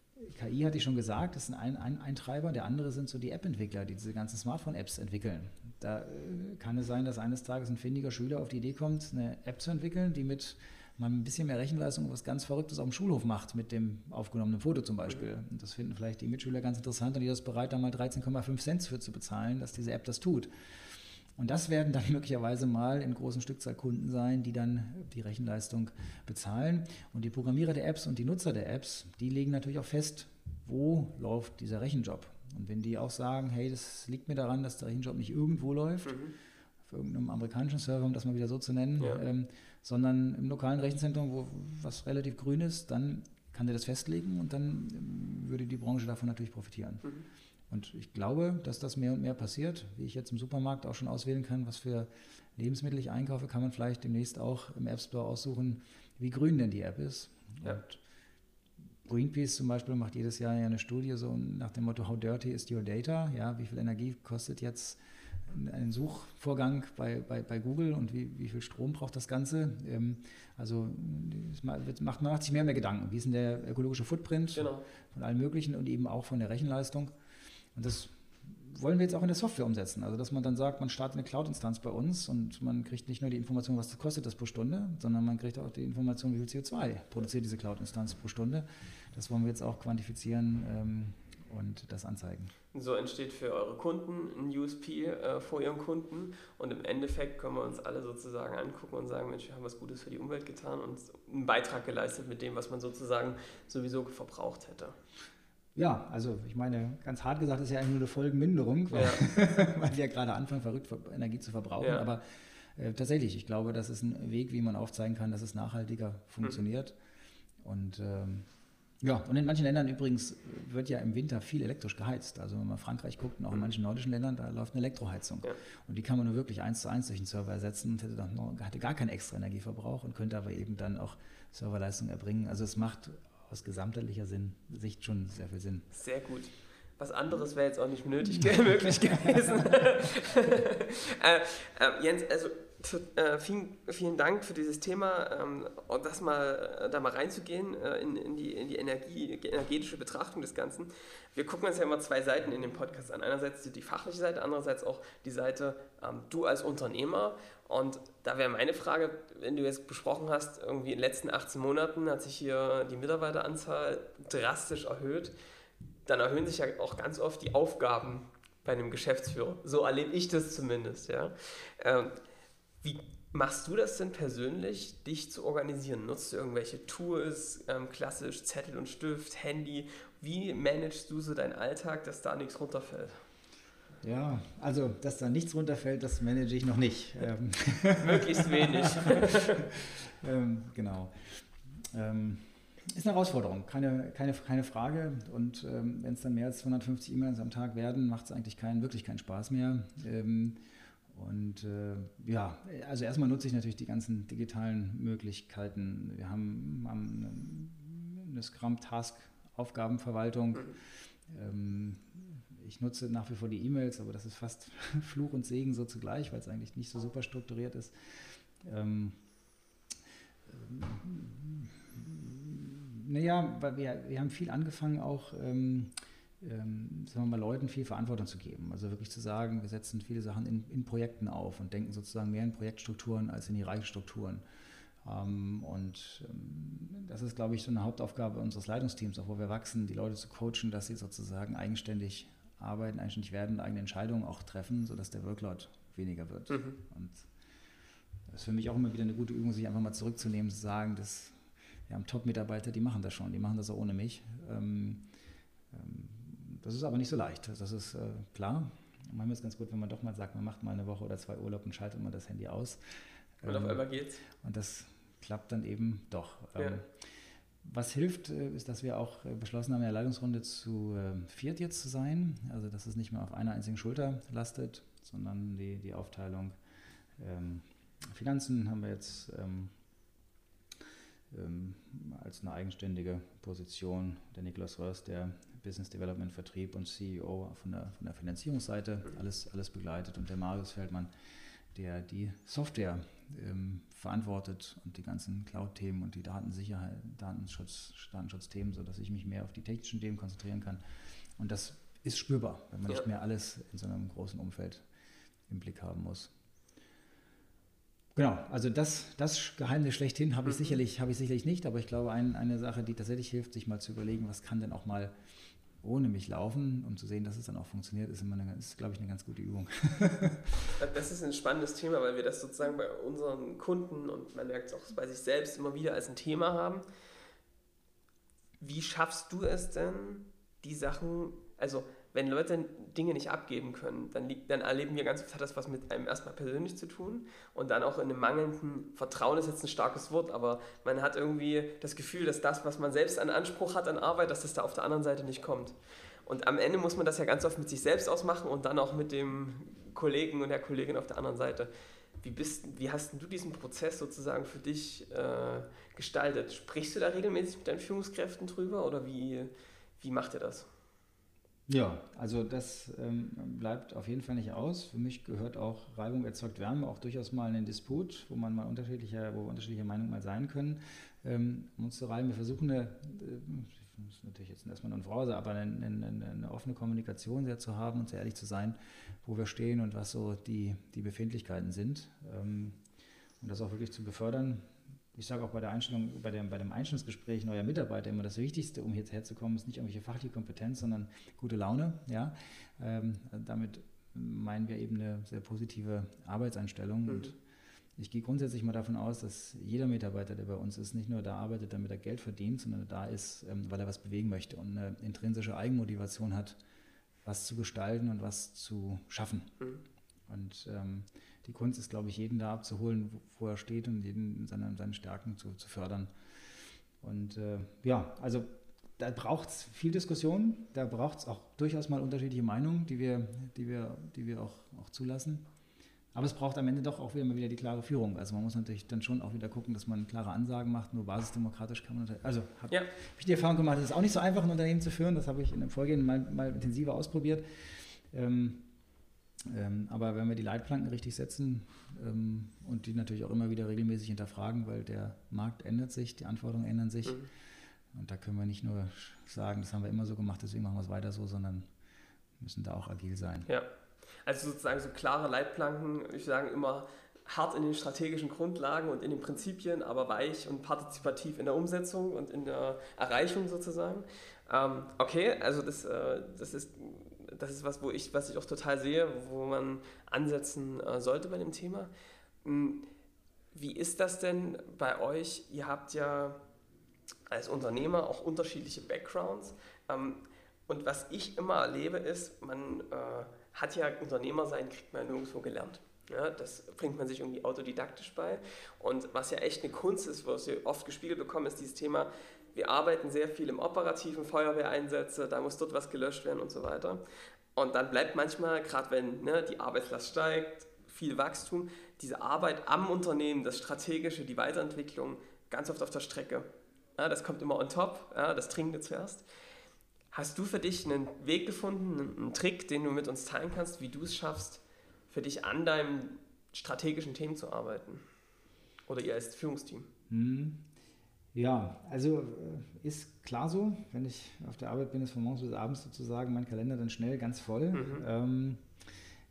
KI hatte ich schon gesagt, das ist ein Treiber. Der andere sind so die App-Entwickler, die diese ganzen Smartphone-Apps entwickeln. Da kann es sein, dass eines Tages ein findiger Schüler auf die Idee kommt, eine App zu entwickeln, die mit mal ein bisschen mehr Rechenleistung was ganz Verrücktes auf dem Schulhof macht, mit dem aufgenommenen Foto zum Beispiel. Und das finden vielleicht die Mitschüler ganz interessant und die ist bereit, da mal 13,5 Cent für zu bezahlen, dass diese App das tut. Und das werden dann möglicherweise mal in großen Stückzahl Kunden sein, die dann die Rechenleistung bezahlen. Und die Programmierer der Apps und die Nutzer der Apps, die legen natürlich auch fest, wo läuft dieser Rechenjob. Und wenn die auch sagen, hey, das liegt mir daran, dass der Rechenjob nicht irgendwo läuft, auf irgendeinem amerikanischen Server, um das mal wieder so zu nennen, sondern im lokalen Rechenzentrum, was relativ grün ist, dann kann der das festlegen und dann würde die Branche davon natürlich profitieren. Und ich glaube, dass das mehr und mehr passiert, wie ich jetzt im Supermarkt auch schon auswählen kann, was für Lebensmittel ich einkaufe, kann man vielleicht demnächst auch im App Store aussuchen, wie grün denn die App ist. Ja. Und Greenpeace zum Beispiel macht jedes Jahr ja eine Studie so nach dem Motto, how dirty is your data? Ja, wie viel Energie kostet jetzt ein Suchvorgang bei Google und wie viel Strom braucht das Ganze? Also man macht sich mehr und mehr Gedanken. Wie ist denn der ökologische Footprint von allem Möglichen und eben auch von der Rechenleistung? Und das wollen wir jetzt auch in der Software umsetzen. Also dass man dann sagt, man startet eine Cloud-Instanz bei uns und man kriegt nicht nur die Information, was kostet das pro Stunde, sondern man kriegt auch die Information, wie viel CO2 produziert diese Cloud-Instanz pro Stunde. Das wollen wir jetzt auch quantifizieren und das anzeigen. So entsteht für eure Kunden ein USP vor ihren Kunden und im Endeffekt können wir uns alle sozusagen angucken und sagen, Mensch, wir haben was Gutes für die Umwelt getan und einen Beitrag geleistet mit dem, was man sozusagen sowieso verbraucht hätte. Ja, also ich meine, ganz hart gesagt ist ja eigentlich nur eine Folgenminderung, weil wir ja gerade anfangen, verrückt Energie zu verbrauchen. Ja. Aber tatsächlich, ich glaube, das ist ein Weg, wie man aufzeigen kann, dass es nachhaltiger funktioniert. Und und in manchen Ländern übrigens wird ja im Winter viel elektrisch geheizt. Also wenn man Frankreich guckt und auch in manchen nordischen Ländern, da läuft eine Elektroheizung. Ja. Und die kann man nur wirklich 1:1 durch den Server ersetzen und hatte gar keinen extra Energieverbrauch und könnte aber eben dann auch Serverleistung erbringen. Also es macht aus gesamtheitlicher Sicht schon sehr viel Sinn. Sehr gut. Was anderes wäre jetzt auch nicht möglich gewesen. Jens, also vielen Dank für dieses Thema und da mal reinzugehen in die energetische Betrachtung des Ganzen. Wir gucken uns ja immer zwei Seiten in dem Podcast an. Einerseits die fachliche Seite, andererseits auch die Seite du als Unternehmer. Und da wäre meine Frage, wenn du jetzt besprochen hast, irgendwie in den letzten 18 Monaten hat sich hier die Mitarbeiteranzahl drastisch erhöht, dann erhöhen sich ja auch ganz oft die Aufgaben bei einem Geschäftsführer. So erlebe ich das zumindest. Ja. Wie machst du das denn persönlich, dich zu organisieren? Nutzt du irgendwelche Tools, klassisch Zettel und Stift, Handy? Wie managst du so deinen Alltag, dass da nichts runterfällt? Ja, also, dass da nichts runterfällt, das manage ich noch nicht. Möglichst wenig. Genau. Ist eine Herausforderung, keine Frage. Und wenn es dann mehr als 250 E-Mails am Tag werden, macht es eigentlich wirklich keinen Spaß mehr. Also erstmal nutze ich natürlich die ganzen digitalen Möglichkeiten. Wir haben eine Scrum-Task-Aufgabenverwaltung. Ich nutze nach wie vor die E-Mails, aber das ist fast Fluch und Segen so zugleich, weil es eigentlich nicht so super strukturiert ist. Weil wir haben viel angefangen auch, sagen wir mal, Leuten viel Verantwortung zu geben. Also wirklich zu sagen, wir setzen viele Sachen in Projekten auf und denken sozusagen mehr in Projektstrukturen als in Hierarchiestrukturen. Das ist, glaube ich, so eine Hauptaufgabe unseres Leitungsteams, auch wo wir wachsen, die Leute zu coachen, dass sie sozusagen eigenständig arbeiten, eigenständig werden, eigene Entscheidungen auch treffen, sodass der Workload weniger wird. Und das ist für mich auch immer wieder eine gute Übung, sich einfach mal zurückzunehmen, zu sagen, dass wir haben Top-Mitarbeiter, die machen das schon, die machen das auch ohne mich. Das ist aber nicht so leicht, das ist klar. Manchmal ist es ganz gut, wenn man doch mal sagt, man macht mal eine Woche oder 2 Urlaub und schaltet mal das Handy aus. Und auf einmal geht's. Und das klappt dann eben doch. Ja. Was hilft, ist, dass wir auch beschlossen haben, in der Leitungsrunde zu 4 jetzt zu sein. Also, dass es nicht mehr auf einer einzigen Schulter lastet, sondern die Aufteilung Finanzen haben wir jetzt als eine eigenständige Position. Der Niklas Rörs, der Business Development, Vertrieb und CEO von der Finanzierungsseite, alles begleitet. Und der Marius Feldmann, der die Software verantwortet und die ganzen Cloud-Themen und die Datensicherheit, Datenschutzthemen, sodass ich mich mehr auf die technischen Themen konzentrieren kann. Und das ist spürbar, wenn man nicht mehr alles in so einem großen Umfeld im Blick haben muss. Genau, also das Geheimnis schlechthin habe ich sicherlich nicht, aber ich glaube, eine Sache, die tatsächlich hilft, sich mal zu überlegen, was kann denn auch mal ohne mich laufen, um zu sehen, dass es dann auch funktioniert, ist, glaube ich, eine ganz gute Übung. Das ist ein spannendes Thema, weil wir das sozusagen bei unseren Kunden und man merkt es auch bei sich selbst immer wieder als ein Thema haben. Wie schaffst du es denn, die Sachen, also wenn Leute Dinge nicht abgeben können, dann erleben wir ganz oft, hat das was mit einem erstmal persönlich zu tun und dann auch in einem mangelnden Vertrauen ist jetzt ein starkes Wort, aber man hat irgendwie das Gefühl, dass das, was man selbst an Anspruch hat an Arbeit, dass das da auf der anderen Seite nicht kommt. Und am Ende muss man das ja ganz oft mit sich selbst ausmachen und dann auch mit dem Kollegen und der Kollegin auf der anderen Seite. Wie hast du diesen Prozess sozusagen für dich gestaltet? Sprichst du da regelmäßig mit deinen Führungskräften drüber oder wie macht ihr das? Ja, also das bleibt auf jeden Fall nicht aus. Für mich gehört auch Reibung erzeugt Wärme, auch durchaus mal ein Disput, wo unterschiedliche Meinungen mal sein können. Um uns zu reiben, wir versuchen das ist natürlich jetzt erstmal nur eine Phrase, aber eine offene Kommunikation sehr zu haben und sehr ehrlich zu sein, wo wir stehen und was so die Befindlichkeiten sind. Und das auch wirklich zu befördern. Ich sage auch bei der Einstellung, bei dem Einstellungsgespräch neuer Mitarbeiter immer, das Wichtigste, um hierher zu kommen, ist nicht irgendwelche fachliche Kompetenz, sondern gute Laune. Ja? Damit meinen wir eben eine sehr positive Arbeitseinstellung. Und ich gehe grundsätzlich mal davon aus, dass jeder Mitarbeiter, der bei uns ist, nicht nur da arbeitet, damit er Geld verdient, sondern da ist, weil er was bewegen möchte und eine intrinsische Eigenmotivation hat, was zu gestalten und was zu schaffen. Und die Kunst ist, glaube ich, jeden da abzuholen, wo er steht und jeden in seinen Stärken zu fördern. Und also da braucht es viel Diskussion, da braucht es auch durchaus mal unterschiedliche Meinungen, die wir auch zulassen. Aber es braucht am Ende doch auch wieder die klare Führung. Also man muss natürlich dann schon auch wieder gucken, dass man klare Ansagen macht, nur basisdemokratisch kann man das. Also habe ich die Erfahrung gemacht, es ist auch nicht so einfach, ein Unternehmen zu führen, das habe ich in dem Vorgehen mal intensiver ausprobiert. Aber wenn wir die Leitplanken richtig setzen und die natürlich auch immer wieder regelmäßig hinterfragen, weil der Markt ändert sich, die Anforderungen ändern sich. Und da können wir nicht nur sagen, das haben wir immer so gemacht, deswegen machen wir es weiter so, sondern müssen da auch agil sein. Ja, also sozusagen so klare Leitplanken, ich sage immer hart in den strategischen Grundlagen und in den Prinzipien, aber weich und partizipativ in der Umsetzung und in der Erreichung sozusagen. Okay, also das ist was ich auch total sehe, wo man ansetzen sollte bei dem Thema. Wie ist das denn bei euch? Ihr habt ja als Unternehmer auch unterschiedliche Backgrounds. Und was ich immer erlebe ist, man hat ja Unternehmer sein, kriegt man nirgendwo gelernt. Ja, das bringt man sich irgendwie autodidaktisch bei. Und was ja echt eine Kunst ist, was wir oft gespiegelt bekommen, ist dieses Thema, wir arbeiten sehr viel im operativen Feuerwehreinsätze, da muss dort was gelöscht werden und so weiter. Und dann bleibt manchmal, gerade wenn die Arbeitslast steigt, viel Wachstum, diese Arbeit am Unternehmen, das Strategische, die Weiterentwicklung, ganz oft auf der Strecke. Ja, das kommt immer on top, das Dringende zuerst. Hast du für dich einen Weg gefunden, einen Trick, den du mit uns teilen kannst, wie du es schaffst, für dich an deinem strategischen Themen zu arbeiten? Oder ihr als Führungsteam? Ja, also ist klar so, wenn ich auf der Arbeit bin, ist von morgens bis abends sozusagen mein Kalender dann schnell ganz voll.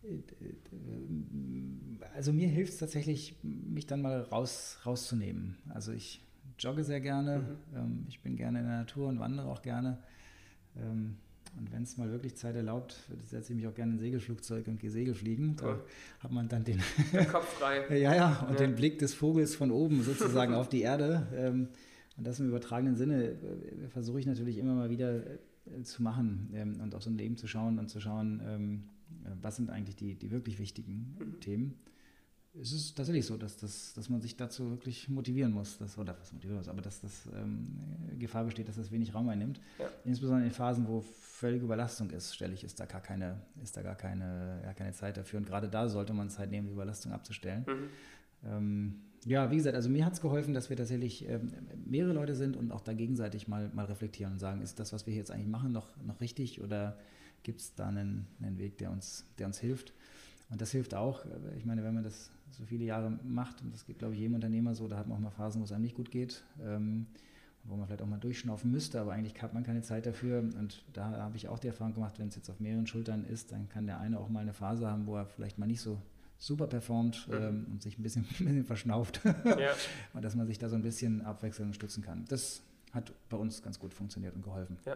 Also mir hilft es tatsächlich, mich dann mal rauszunehmen. Also ich jogge sehr gerne, ich bin gerne in der Natur und wandere auch gerne. Und wenn es mal wirklich Zeit erlaubt, setze ich mich auch gerne in ein Segelflugzeug und gehe Segelfliegen. Da hat man dann den Kopf frei. ja, und den Blick des Vogels von oben sozusagen auf die Erde. Und das im übertragenen Sinne versuche ich natürlich immer mal wieder zu machen und auf so ein Leben zu schauen und zu schauen, was sind eigentlich die wirklich wichtigen Themen. Es ist tatsächlich so, dass man sich dazu wirklich motivieren muss, aber dass das Gefahr besteht, dass das wenig Raum einnimmt. Ja. Insbesondere in Phasen, wo völlige Überlastung ist, ist da gar keine Zeit dafür. Und gerade da sollte man Zeit nehmen, die Überlastung abzustellen. Ja, wie gesagt, also mir hat es geholfen, dass wir tatsächlich mehrere Leute sind und auch da gegenseitig mal reflektieren und sagen, ist das, was wir jetzt eigentlich machen, noch richtig oder gibt es da einen Weg, der uns hilft? Und das hilft auch, ich meine, wenn man das so viele Jahre macht, und das geht, glaube ich, jedem Unternehmer so, da hat man auch mal Phasen, wo es einem nicht gut geht, wo man vielleicht auch mal durchschnaufen müsste, aber eigentlich hat man keine Zeit dafür. Und da habe ich auch die Erfahrung gemacht, wenn es jetzt auf mehreren Schultern ist, dann kann der eine auch mal eine Phase haben, wo er vielleicht mal nicht so super performt und sich ein bisschen verschnauft. Ja. Und dass man sich da so ein bisschen abwechseln und stützen kann. Das hat bei uns ganz gut funktioniert und geholfen. Ja.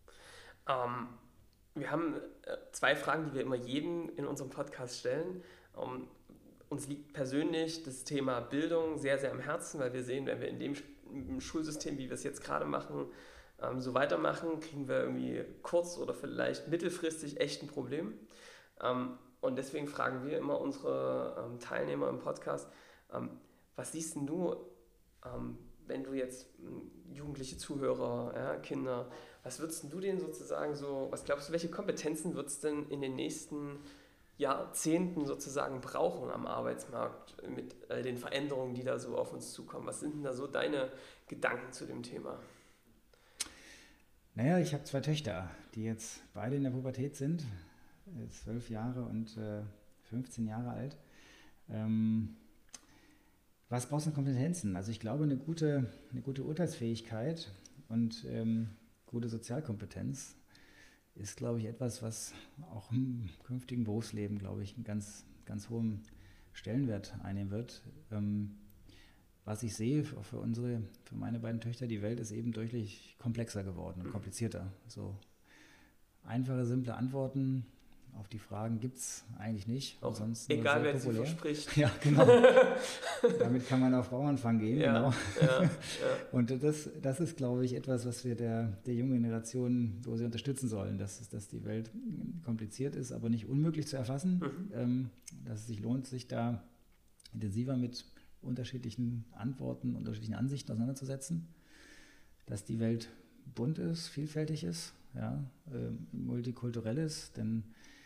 Wir haben 2 Fragen, die wir immer jedem in unserem Podcast stellen. Uns liegt persönlich das Thema Bildung sehr, sehr am Herzen, weil wir sehen, wenn wir in dem Schulsystem, wie wir es jetzt gerade machen, so weitermachen, kriegen wir irgendwie kurz- oder vielleicht mittelfristig echt ein Problem. Und deswegen fragen wir immer unsere Teilnehmer im Podcast, was siehst denn du, wenn du jetzt jugendliche Zuhörer, ja, Kinder, was würdest du denen sozusagen so, was glaubst du, welche Kompetenzen wird es denn in den nächsten Jahrzehnten sozusagen brauchen am Arbeitsmarkt mit all den Veränderungen, die da so auf uns zukommen? Was sind denn da so deine Gedanken zu dem Thema? Naja, ich habe 2 Töchter, die jetzt beide in der Pubertät sind, 12 Jahre und 15 Jahre alt. Was brauchst du an Kompetenzen? Also ich glaube, eine gute Urteilsfähigkeit und gute Sozialkompetenz ist, glaube ich, etwas, was auch im künftigen Berufsleben, glaube ich, einen ganz, ganz hohen Stellenwert einnehmen wird. Was ich sehe für meine beiden Töchter, die Welt ist eben deutlich komplexer geworden und komplizierter. So einfache, simple Antworten auf die Fragen gibt es eigentlich nicht. Auch egal, wer sie verspricht. Ja, genau. Damit kann man auf Bauernfang gehen. Ja, genau. Ja. Und das ist, glaube ich, etwas, was wir der jungen Generation, wo sie unterstützen sollen, dass die Welt kompliziert ist, aber nicht unmöglich zu erfassen. Dass es sich lohnt, sich da intensiver mit unterschiedlichen Antworten, unterschiedlichen Ansichten auseinanderzusetzen. Dass die Welt bunt ist, vielfältig ist, ja, multikulturell ist, denn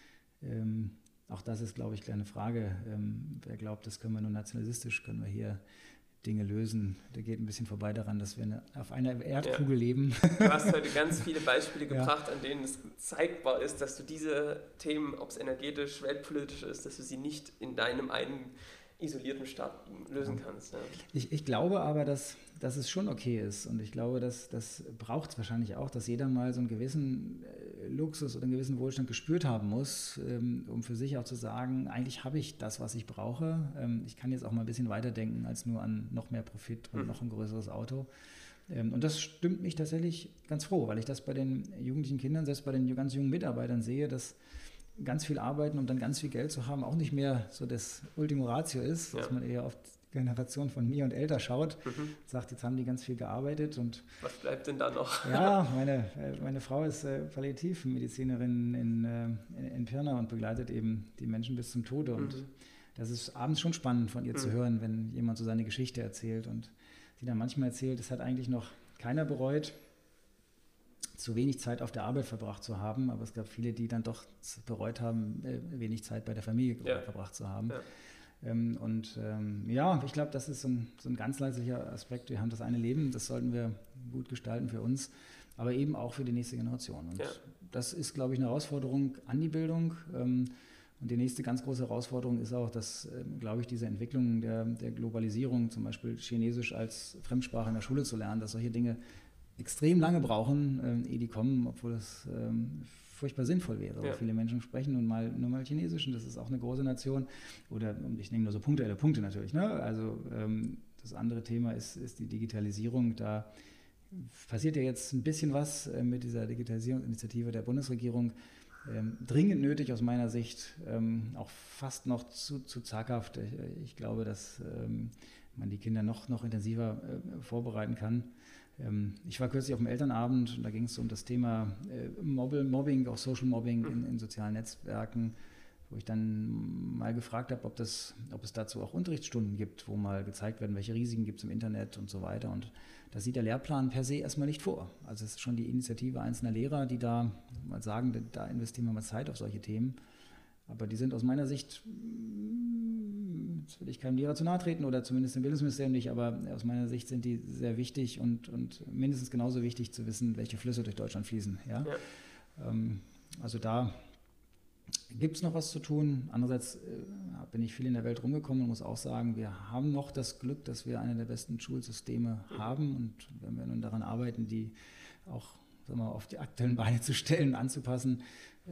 auch das ist, glaube ich, eine Frage. Wer glaubt, das können wir nur nationalistisch, können wir hier Dinge lösen. Der geht ein bisschen vorbei daran, dass wir auf einer Erdkugel leben. Du hast heute ganz viele Beispiele gebracht, an denen es zeigbar ist, dass du diese Themen, ob es energetisch, weltpolitisch ist, dass du sie nicht in deinem einen isolierten Staat lösen kannst. Ja. Ich glaube aber, dass es schon okay ist und ich glaube, dass das braucht es wahrscheinlich auch, dass jeder mal so einen gewissen Luxus oder einen gewissen Wohlstand gespürt haben muss, um für sich auch zu sagen, eigentlich habe ich das, was ich brauche. Ich kann jetzt auch mal ein bisschen weiterdenken als nur an noch mehr Profit und noch ein größeres Auto. Und das stimmt mich tatsächlich ganz froh, weil ich das bei den jugendlichen Kindern, selbst bei den ganz jungen Mitarbeitern sehe, dass ganz viel arbeiten, um dann ganz viel Geld zu haben, auch nicht mehr so das Ultimo Ratio ist, dass man eher auf die Generation von mir und älter schaut, sagt, jetzt haben die ganz viel gearbeitet. Und was bleibt denn da noch? Ja, meine Frau ist Palliativmedizinerin in Pirna und begleitet eben die Menschen bis zum Tode. Und das ist abends schon spannend von ihr zu hören, wenn jemand so seine Geschichte erzählt und sie dann manchmal erzählt, es hat eigentlich noch keiner bereut, zu wenig Zeit auf der Arbeit verbracht zu haben, aber es gab viele, die dann doch bereut haben, wenig Zeit bei der Familie verbracht zu haben. Ja. Ich glaube, das ist so ein ganz leidlicher Aspekt. Wir haben das eine Leben, das sollten wir gut gestalten für uns, aber eben auch für die nächste Generation. Und das ist, glaube ich, eine Herausforderung an die Bildung. Und die nächste ganz große Herausforderung ist auch, dass, glaube ich, diese Entwicklung der Globalisierung, zum Beispiel Chinesisch als Fremdsprache in der Schule zu lernen, dass solche Dinge extrem lange brauchen, ehe die kommen, obwohl das furchtbar sinnvoll wäre. Ja. Viele Menschen sprechen nur mal Chinesisch und das ist auch eine große Nation. Oder ich nehme nur so punktuelle Punkte natürlich. Ne? Also das andere Thema ist die Digitalisierung. Da passiert ja jetzt ein bisschen was mit dieser Digitalisierungsinitiative der Bundesregierung. Dringend nötig aus meiner Sicht, auch fast noch zu zaghaft. Ich glaube, dass man die Kinder noch intensiver vorbereiten kann. Ich war kürzlich auf dem Elternabend und da ging es um das Thema Mobbing, auch Social Mobbing in sozialen Netzwerken, wo ich dann mal gefragt habe, ob es dazu auch Unterrichtsstunden gibt, wo mal gezeigt werden, welche Risiken gibt es im Internet und so weiter. Und das sieht der Lehrplan per se erstmal nicht vor. Also es ist schon die Initiative einzelner Lehrer, die da mal sagen, da investieren wir mal Zeit auf solche Themen. Aber die sind aus meiner Sicht, jetzt will ich keinem Lehrer zu nahe treten oder zumindest im Bildungsministerium nicht, aber aus meiner Sicht sind die sehr wichtig und mindestens genauso wichtig zu wissen, welche Flüsse durch Deutschland fließen. Ja? Ja. Also da gibt es noch was zu tun. Andererseits bin ich viel in der Welt rumgekommen und muss auch sagen, wir haben noch das Glück, dass wir eine der besten Schulsysteme haben. Und wenn wir nun daran arbeiten, die auch auf die aktuellen Beine zu stellen, anzupassen,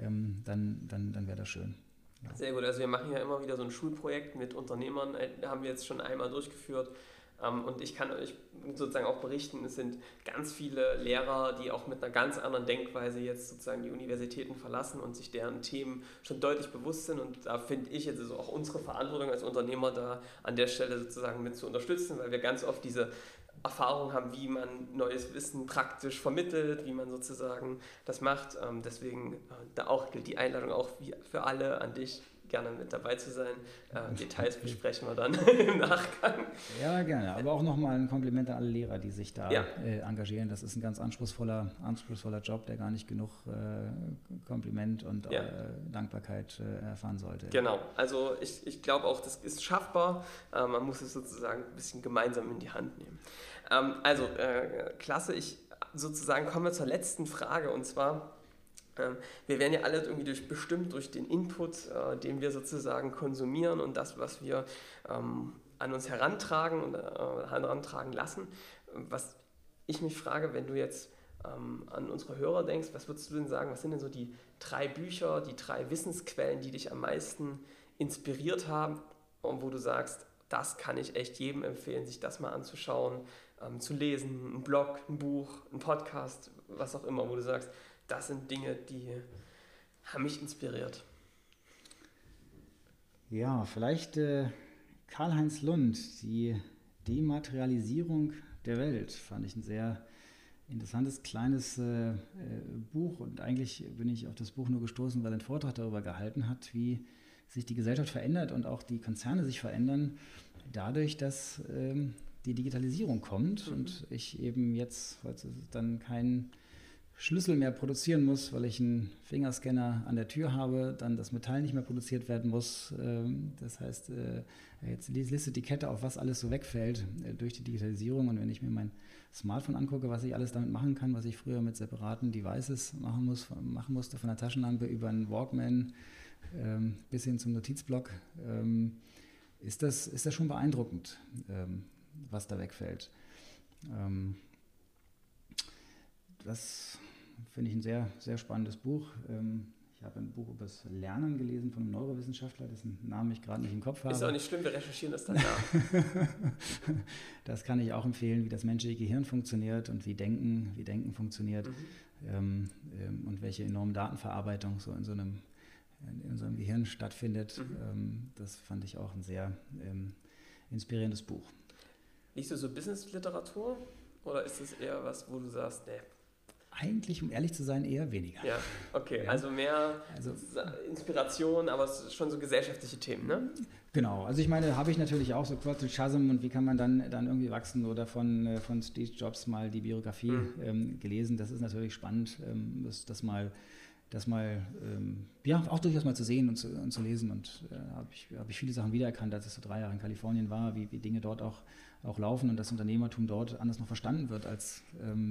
dann wäre das schön. Ja. Sehr gut. Also wir machen ja immer wieder so ein Schulprojekt mit Unternehmern. Da haben wir jetzt schon einmal durchgeführt. Und ich kann euch sozusagen auch berichten, es sind ganz viele Lehrer, die auch mit einer ganz anderen Denkweise jetzt sozusagen die Universitäten verlassen und sich deren Themen schon deutlich bewusst sind. Und da finde ich jetzt ist auch unsere Verantwortung als Unternehmer da an der Stelle sozusagen mit zu unterstützen, weil wir ganz oft diese Erfahrung haben, wie man neues Wissen praktisch vermittelt, wie man sozusagen das macht. Deswegen da auch gilt die Einladung auch wie für alle an dich, gerne mit dabei zu sein. Details besprechen wir dann im Nachgang. Ja, gerne. Aber auch nochmal ein Kompliment an alle Lehrer, die sich da engagieren. Das ist ein ganz anspruchsvoller Job, der gar nicht genug Kompliment und Dankbarkeit erfahren sollte. Genau. Also ich glaube auch, das ist schaffbar. Man muss es sozusagen ein bisschen gemeinsam in die Hand nehmen. Klasse. Kommen wir zur letzten Frage und zwar, wir werden ja alle irgendwie bestimmt durch den Input, den wir sozusagen konsumieren und das, was wir an uns herantragen und herantragen lassen. Was ich mich frage, wenn du jetzt an unsere Hörer denkst, was würdest du denn sagen, was sind denn so die 3 Bücher, die 3 Wissensquellen, die dich am meisten inspiriert haben und wo du sagst, das kann ich echt jedem empfehlen, sich das mal anzuschauen, zu lesen, ein Blog, ein Buch, ein Podcast, was auch immer, wo du sagst, das sind Dinge, die haben mich inspiriert. Ja, vielleicht Karl-Heinz Lund, die Dematerialisierung der Welt, fand ich ein sehr interessantes kleines Buch und eigentlich bin ich auf das Buch nur gestoßen, weil er einen Vortrag darüber gehalten hat, wie sich die Gesellschaft verändert und auch die Konzerne sich verändern, dadurch, dass die Digitalisierung kommt und ich eben jetzt, weil es dann keinen Schlüssel mehr produzieren muss, weil ich einen Fingerscanner an der Tür habe, dann das Metall nicht mehr produziert werden muss. Das heißt, jetzt listet die Kette auf, was alles so wegfällt durch die Digitalisierung. Und wenn ich mir mein Smartphone angucke, was ich alles damit machen kann, was ich früher mit separaten Devices machen musste, von der Taschenlampe über einen Walkman bis hin zum Notizblock, ist das schon beeindruckend, was da wegfällt. Das finde ich ein sehr, sehr spannendes Buch. Ich habe ein Buch über das Lernen gelesen von einem Neurowissenschaftler, dessen Namen ich gerade nicht im Kopf habe. Ist auch nicht schlimm, wir recherchieren das dann nach. Das kann ich auch empfehlen, wie das menschliche Gehirn funktioniert und wie Denken funktioniert und welche enorme Datenverarbeitung so in unserem Gehirn stattfindet. Das fand ich auch ein sehr inspirierendes Buch. Liest du so Business-Literatur oder ist es eher was, wo du sagst, nee? Eigentlich, um ehrlich zu sein, eher weniger. Ja, okay. Ja. Also mehr Inspiration, aber es ist schon so gesellschaftliche Themen, ne? Genau. Also ich meine, habe ich natürlich auch so Quantum Chasm und wie kann man dann irgendwie wachsen oder von Steve Jobs mal die Biografie gelesen. Das ist natürlich spannend, das mal auch durchaus mal zu sehen und zu lesen. Und habe ich viele Sachen wiedererkannt, als ich so 3 Jahre in Kalifornien war, wie Dinge dort auch laufen und das Unternehmertum dort anders noch verstanden wird als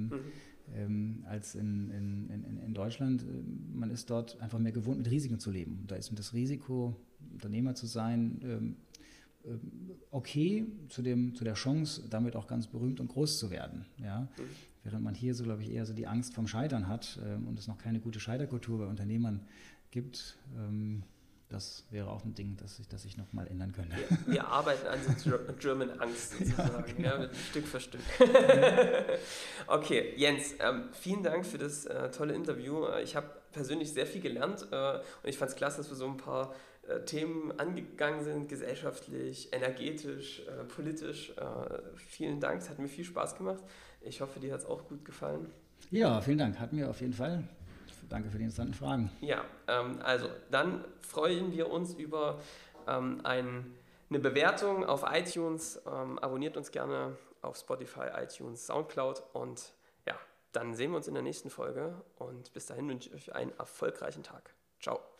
in Deutschland. Man ist dort einfach mehr gewohnt, mit Risiken zu leben. Da ist das Risiko, Unternehmer zu sein, okay zu der Chance, damit auch ganz berühmt und groß zu werden. Ja? Während man hier so, glaube ich, eher so die Angst vom Scheitern hat und es noch keine gute Scheiterkultur bei Unternehmern gibt. Das wäre auch ein Ding, das sich nochmal ändern könnte. Wir arbeiten an so German Angst sozusagen, genau. Stück für Stück. Okay, Jens, vielen Dank für das tolle Interview. Ich habe persönlich sehr viel gelernt und ich fand es klasse, dass wir so ein paar Themen angegangen sind, gesellschaftlich, energetisch, politisch. Vielen Dank, es hat mir viel Spaß gemacht. Ich hoffe, dir hat es auch gut gefallen. Ja, vielen Dank, hat mir auf jeden Fall. Danke für die interessanten Fragen. Ja, also dann freuen wir uns über eine Bewertung auf iTunes. Abonniert uns gerne auf Spotify, iTunes, Soundcloud und ja, dann sehen wir uns in der nächsten Folge und bis dahin wünsche ich euch einen erfolgreichen Tag. Ciao.